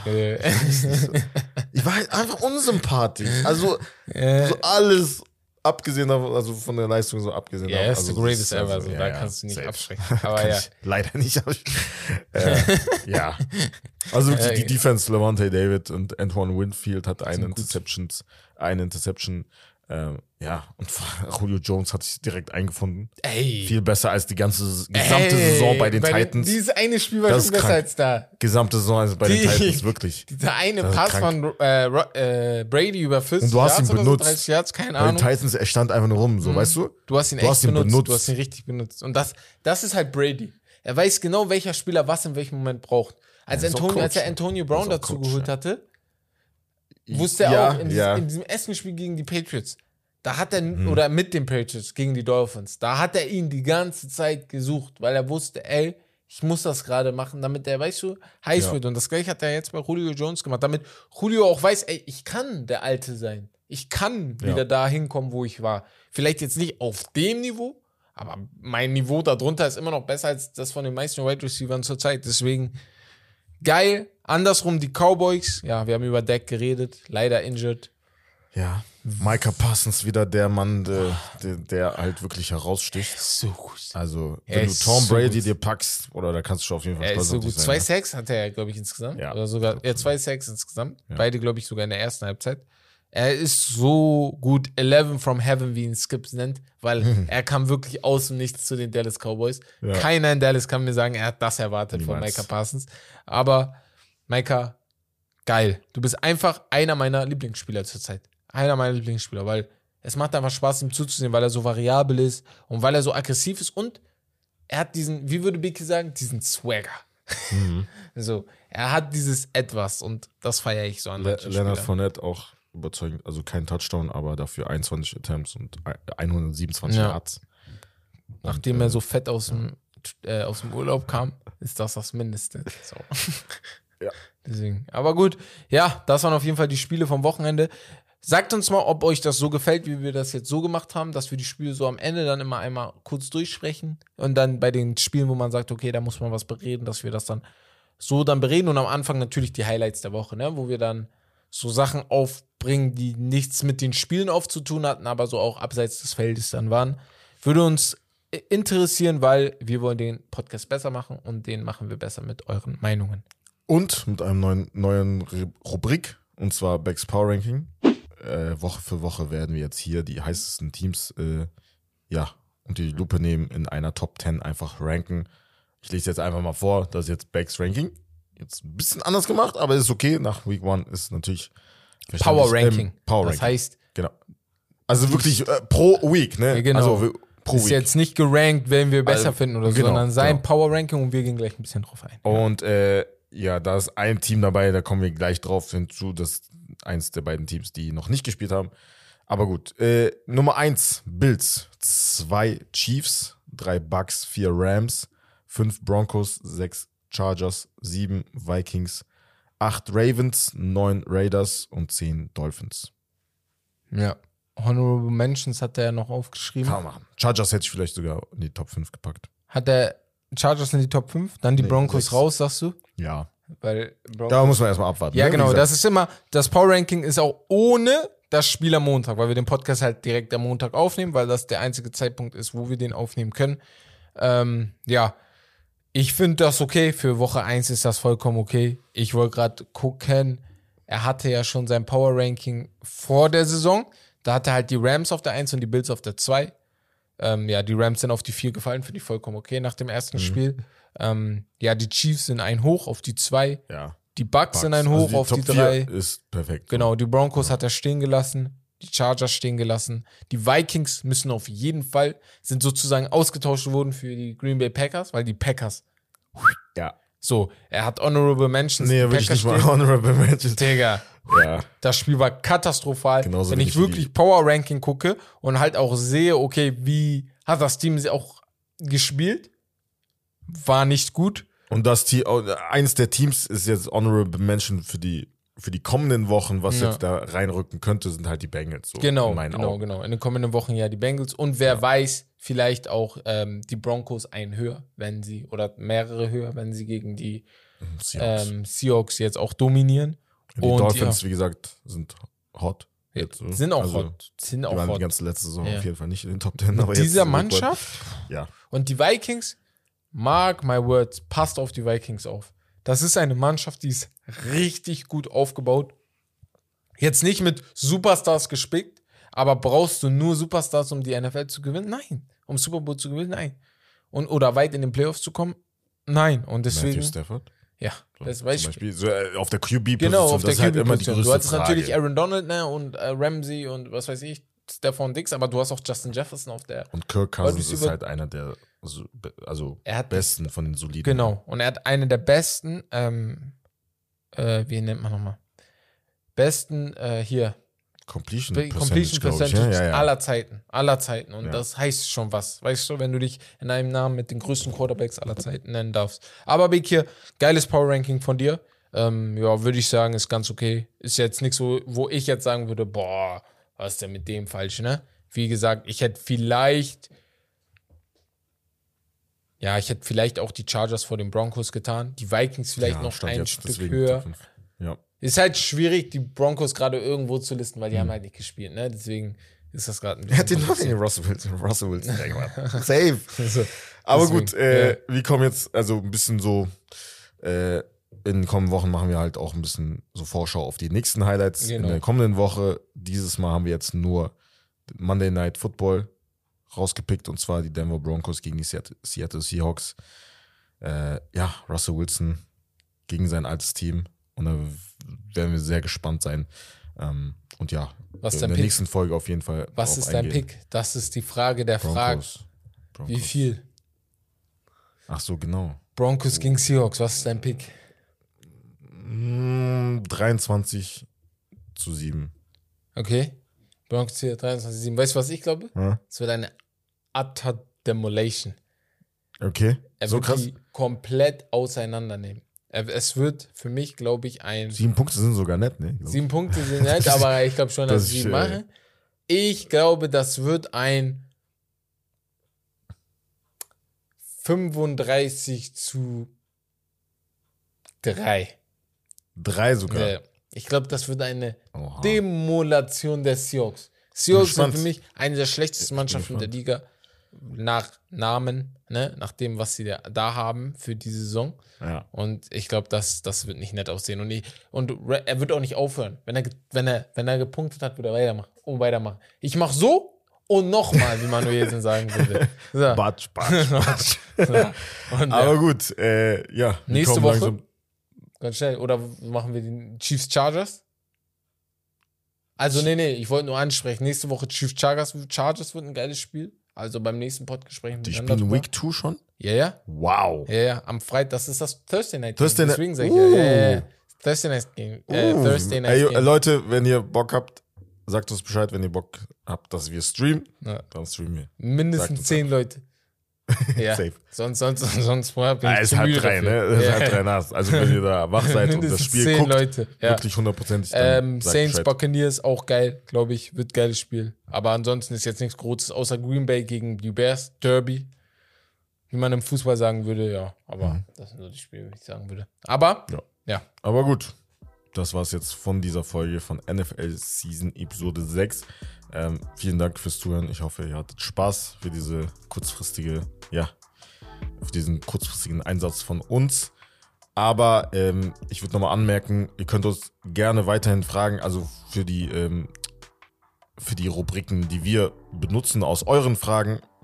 Ich war halt einfach unsympathisch. Also so alles abgesehen davon, also von der Leistung so abgesehen Ja, davon. er ist also, the greatest das ist ever, also, so, ja, da ja, kannst du nicht safe. abschrecken. Aber Kann ja. ich leider nicht abschrecken. äh, ja. Also wirklich die Defense, Levante David und Antoine Winfield hat eine Interception, eine Interception. Ähm, ja, und Julio Jones hat sich direkt eingefunden. Ey. Viel besser als die ganze gesamte Ey, Saison bei den bei Titans. Dieses eine Spiel war Das schon ist besser krank. als da. Gesamte Saison also bei Die- den Titans, wirklich. Dieser eine Das ist Pass krank. von äh, Ro- äh, Brady über vierzig Und du hast ihn Yards oder benutzt. So, dreißig Yards, keine Bei den Ahnung. Titans, er stand einfach nur rum, so, weißt du? Du hast ihn Du echt hast ihn benutzt. benutzt. Du hast ihn richtig benutzt. Und das, das ist halt Brady. Er weiß genau, welcher Spieler was in welchem Moment braucht. Als, Er ist auch Antonio, als er Coach, ne? Antonio Er Brown ist auch dazu Coach, geholt ja. hatte, wusste er Ja, auch in, diesem, ja. in diesem ersten Spiel gegen die Patriots, da hat er, Mhm. oder mit den Patriots gegen die Dolphins, da hat er ihn die ganze Zeit gesucht, weil er wusste, ey, ich muss das gerade machen, damit der, weißt du, heiß Ja. wird. Und das gleiche hat er jetzt bei Julio Jones gemacht, damit Julio auch weiß, ey, ich kann der Alte sein. Ich kann Ja. wieder da hinkommen, wo ich war. Vielleicht jetzt nicht auf dem Niveau, aber mein Niveau darunter ist immer noch besser als das von den meisten Wide Receivers zur Zeit. Deswegen geil. Andersrum die Cowboys. Ja, wir haben über Dak geredet. Leider injured. Ja. Micah Parsons wieder der Mann, der, der, der halt wirklich heraussticht. So gut. Also, Er wenn du ist Tom so Brady gut. dir packst, oder da kannst du schon auf jeden Fall Er stolz ist so auf dich gut. sein. Zwei ne? Sacks hat er, glaube ich, insgesamt. Ja. Oder sogar, ja, zwei Sacks insgesamt. Beide, glaube ich, sogar in der ersten Halbzeit. Er ist so gut, eleven from heaven, wie ihn Skips nennt, weil er kam wirklich aus dem Nichts zu den Dallas Cowboys. Ja. Keiner in Dallas kann mir sagen, er hat das erwartet von Niemals. Micah Parsons. Aber Micah, geil. Du bist einfach einer meiner Lieblingsspieler zurzeit. Einer meiner Lieblingsspieler, weil es macht einfach Spaß, ihm zuzusehen, weil er so variabel ist und weil er so aggressiv ist und er hat diesen, wie würde Biki sagen, diesen Swagger. Mhm. So, er hat dieses Etwas und das feiere ich so an Le manchen Leonard Spielern. Fournette auch überzeugend, also kein Touchdown, aber dafür einundzwanzig Attempts und hundertsiebenundzwanzig Ja. Yards. Nachdem Und, er äh, so fett aus dem, äh, aus dem Urlaub kam, ist das das Mindeste. So. Ja. Deswegen. Aber gut, ja, das waren auf jeden Fall die Spiele vom Wochenende. Sagt uns mal, ob euch das so gefällt, wie wir das jetzt so gemacht haben, dass wir die Spiele so am Ende dann immer einmal kurz durchsprechen und dann bei den Spielen, wo man sagt, okay, da muss man was bereden, dass wir das dann so dann bereden und am Anfang natürlich die Highlights der Woche, ne, wo wir dann so Sachen aufbringen, die nichts mit den Spielen aufzutun hatten, aber so auch abseits des Feldes dann waren. Würde uns interessieren, weil wir wollen den Podcast besser machen und den machen wir besser mit euren Meinungen. Und mit einem neuen, neuen Re- Rubrik, und zwar Becks Power Ranking. Äh, Woche für Woche werden wir jetzt hier die heißesten Teams äh, ja, unter die Lupe nehmen, in einer Top zehn einfach ranken. Ich lese jetzt einfach mal vor, das ist jetzt Becks Ranking. Jetzt ein bisschen anders gemacht, aber ist okay. Nach Week One ist natürlich Power verständlich. Ranking. Ähm, Power das Ranking. heißt, Genau. Also wirklich äh, pro Week, ne? Ja, genau. Also pro ist Week. jetzt nicht gerankt, wenn wir besser Also, finden oder so, genau, sondern sein genau. Power Ranking und wir gehen gleich ein bisschen drauf ein. Und äh, ja, da ist ein Team dabei, da kommen wir gleich drauf hinzu, das ist eins der beiden Teams, die noch nicht gespielt haben. Aber gut, äh, Nummer eins, Bills, zwei Chiefs, drei Bucks, vier Rams, fünf Broncos, sechs Chargers, sieben Vikings, acht Ravens, neun Raiders und zehn Dolphins. Ja. Honorable Mentions hat er ja noch aufgeschrieben. Kann man machen. Chargers hätte ich vielleicht sogar in die Top fünf gepackt. Hat er Chargers in die Top fünf, dann die Nee, Broncos sechs. raus, sagst du? Ja. Weil Broncos Da muss man erstmal abwarten. Ja, ne? Wie genau. gesagt. Das ist immer, das Power Ranking ist auch ohne das Spiel am Montag, weil wir den Podcast halt direkt am Montag aufnehmen, weil das der einzige Zeitpunkt ist, wo wir den aufnehmen können. Ähm, ja, ich finde das okay. Für Woche eins ist das vollkommen okay. Ich wollte gerade gucken, er hatte ja schon sein Power Ranking vor der Saison. Da hatte er halt die Rams auf der eins und die Bills auf der zwei. Ähm, ja, die Rams sind auf die vier gefallen, finde ich vollkommen okay nach dem ersten Mhm. Spiel. Ähm, ja, die Chiefs sind ein Hoch auf die zwei. Ja. Die Bucks, Bucks. sind ein Hoch Also die auf Top die vier drei. ist perfekt. Genau, die Broncos hat er stehen gelassen. Die Chargers stehen gelassen. Die Vikings müssen auf jeden Fall, sind sozusagen ausgetauscht worden für die Green Bay Packers, weil die Packers, Ja. so, er hat Honorable Mentions. Nee, die will ich Packers nicht mal stehen. Honorable Mentions. Digga, Ja. das Spiel war katastrophal. Genauso Wenn wenig ich wie wirklich die- Power Ranking gucke und halt auch sehe, okay, wie hat das Team auch gespielt, war nicht gut. Und das Team, eins der Teams ist jetzt Honorable Mention für die, für die kommenden Wochen, was Ja. jetzt da reinrücken könnte, sind halt die Bengals. So Genau, in meinen genau, Augen. genau. In den kommenden Wochen ja die Bengals. Und wer weiß, vielleicht auch ähm, die Broncos einen höher, wenn sie, oder mehrere höher, wenn sie gegen die Seahawks. ähm, Seahawks jetzt auch dominieren. die und Dolphins, wie gesagt, sind hot. Ja, Jetzt, so. sind auch Also, hot. Sind Die auch waren die hot. ganze letzte Saison Ja. auf jeden Fall nicht in den Top Ten. Aber Mit jetzt dieser sind wir gut. Mannschaft Ja. und die Vikings, mark my words, passt auf die Vikings auf. Das ist eine Mannschaft, die ist richtig gut aufgebaut. Jetzt nicht mit Superstars gespickt, aber brauchst du nur Superstars, um die N F L zu gewinnen? Nein. Um Super Bowl zu gewinnen? Nein. Und, oder weit in den Playoffs zu kommen? Nein. Und deswegen, Matthew Stafford. ja, So, das zum weiß ich. Beispiel. So, äh, auf der Q B-Position. Genau, auf das der ist halt immer die Q B-Position. größte Du hattest Frage. natürlich Aaron Donald, ne, und äh, Ramsey und was weiß ich, Stephon Diggs, aber du hast auch Justin Jefferson auf der. Und Kirk Cousins Wide ist Receiver- halt einer der so, also Er hat- besten von den soliden. Genau. Und er hat eine der besten, ähm, äh, wie nennt man nochmal? Besten, äh, hier, Completion Completion Percentage, glaub ich. Percentage Ja, ja, ja. aller Zeiten. Aller Zeiten. Und Ja. das heißt schon was. Weißt du, wenn du dich in einem Namen mit den größten Quarterbacks aller Zeiten nennen darfst. Aber Big hier, geiles Power-Ranking von dir. Ähm, ja, würde ich sagen, ist ganz okay. Ist jetzt nichts, wo, wo ich jetzt sagen würde, boah, was ist denn mit dem falsch, ne? Wie gesagt, ich hätte vielleicht, ja, ich hätte vielleicht auch die Chargers vor den Broncos getan. Die Vikings vielleicht Ja, noch stand ein jetzt Stück deswegen höher. Top fünf. Ja. Ist halt schwierig, die Broncos gerade irgendwo zu listen, weil die Mhm. haben halt nicht gespielt, ne? Deswegen ist das gerade ein Er hat den kompliziert. noch Russell Wilson. Russell Wilson. Safe. Also, Aber deswegen, gut, äh, ja. wir kommen jetzt, also ein bisschen so, äh, in den kommenden Wochen machen wir halt auch ein bisschen so Vorschau auf die nächsten Highlights Genau. in der kommenden Woche. Dieses Mal haben wir jetzt nur Monday Night Football rausgepickt, und zwar die Denver Broncos gegen die Seattle, Seattle Seahawks. Äh, ja, Russell Wilson gegen sein altes Team, und da werden wir sehr gespannt sein. Ähm, und ja, Was in dein der Pick? nächsten Folge auf jeden Fall. Was drauf ist dein eingehen. Pick? Das ist die Frage der Fragen. Broncos. Broncos. Wie viel? Ach so, genau. Broncos gegen Seahawks, was ist dein Pick? Mm, dreiundzwanzig zu sieben. Okay. Broncos hier dreiundzwanzig sieben. Weißt du, was ich glaube? Ja. Es wird eine Utter Demolition. Okay. Er so wird krass. die komplett auseinandernehmen. Er- Es wird für mich, glaube ich, ein Sieben Punkte sind sogar nett, ne? Sieben Punkte sind nett, aber ich glaube schon, dass Das ich ist, sieben äh, mache. Ich glaube, das wird ein fünfunddreißig zu drei. Drei sogar. Äh, Ich glaube, das wird eine Oha. Demolation der Seahawks. Seahawks sind gespannt. für mich eine der schlechtesten Ich bin Mannschaften der Liga. Nach Namen, ne? Nach dem, was sie da, da haben für die Saison. Ja. Und ich glaube, das, das wird nicht nett aussehen. Und, ich, und Ra- er wird auch nicht aufhören. Wenn er, ge- wenn er, wenn er gepunktet hat, wird er weitermachen. Und weitermachen. Ich mache so und nochmal, wie Manuelsen sagen würde. So. Batsch, batsch, batsch. So. Und, Aber ja, gut, äh, ja. wir Nächste kommen Woche? langsam- ganz schnell. Oder machen wir die Chiefs Chargers? Also, nee, nee, ich wollte nur ansprechen. Nächste Woche Chiefs Chargers, Chargers wird ein geiles Spiel. Also beim nächsten Podcast sprechen wir Die miteinander spielen drüber. Week zwei schon? Ja, ja. Wow. Ja, ja. Am Freitag, das ist das Thursday Night Game. Thursday Night- Deswegen sage ich Uh. ja, ja, ja, ja. Thursday Night Game. Äh, Uh. Thursday Night Ey, Game. Leute, wenn ihr Bock habt, sagt uns Bescheid, wenn ihr Bock habt, dass wir streamen, Ja. dann streamen wir. Sagt Mindestens uns zehn Leute. Ja. Safe. Sonst, sonst, sonst vorher bin Ah, ich ist zu halb müde drei, dafür. ne? Ist Ja. halb drei nass. Also wenn ihr da wach seid und das Mindestens Spiel zehn guckt, Leute. Ja. wirklich hundertprozentig, dann Ähm, sagt Saints Bescheid. Buccaneers auch geil, glaube ich. Wird geiles Spiel. Aber ansonsten ist jetzt nichts Großes, außer Green Bay gegen die Bears. Derby. Wie man im Fußball sagen würde, ja. Aber Mhm. das sind so die Spiele, wie ich sagen würde. Aber, Ja. ja. Aber gut, das war's jetzt von dieser Folge von N F L Season Episode sechs. Ähm, vielen Dank fürs Zuhören. Ich hoffe, ihr hattet Spaß für diese kurzfristige, ja, für diesen kurzfristigen Einsatz von uns. Aber ähm, ich würde nochmal anmerken, ihr könnt uns gerne weiterhin fragen, also für die, ähm, für die Rubriken, die wir benutzen aus euren Fragen,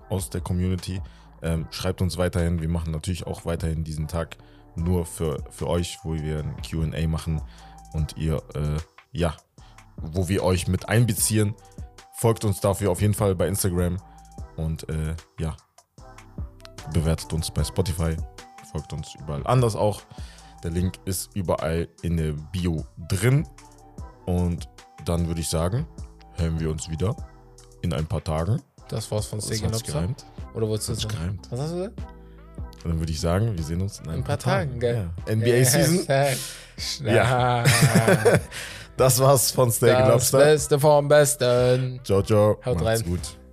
aus der Community. Ähm, schreibt uns weiterhin. Wir machen natürlich auch weiterhin diesen Tag nur für, für euch, wo wir ein Q und A machen und ihr, äh, ja, wo wir euch mit einbeziehen. Folgt uns dafür auf jeden Fall bei Instagram und äh, ja, bewertet uns bei Spotify, folgt uns überall anders auch. Der Link ist überall in der Bio drin. Und dann würde ich sagen, hören wir uns wieder in ein paar Tagen. Das war's von Steak and Lobster. Gereimt. Oder wolltest du das das gereimt? Was hast du gesagt? Und dann würde ich sagen, wir sehen uns in ein, In ein paar, paar Tagen, Tagen. gell? Ja. N B A-Season. Ja. Das war's von Steak and Das Lobster. Beste vom Besten. Ciao, ciao. Haut Macht's rein. gut.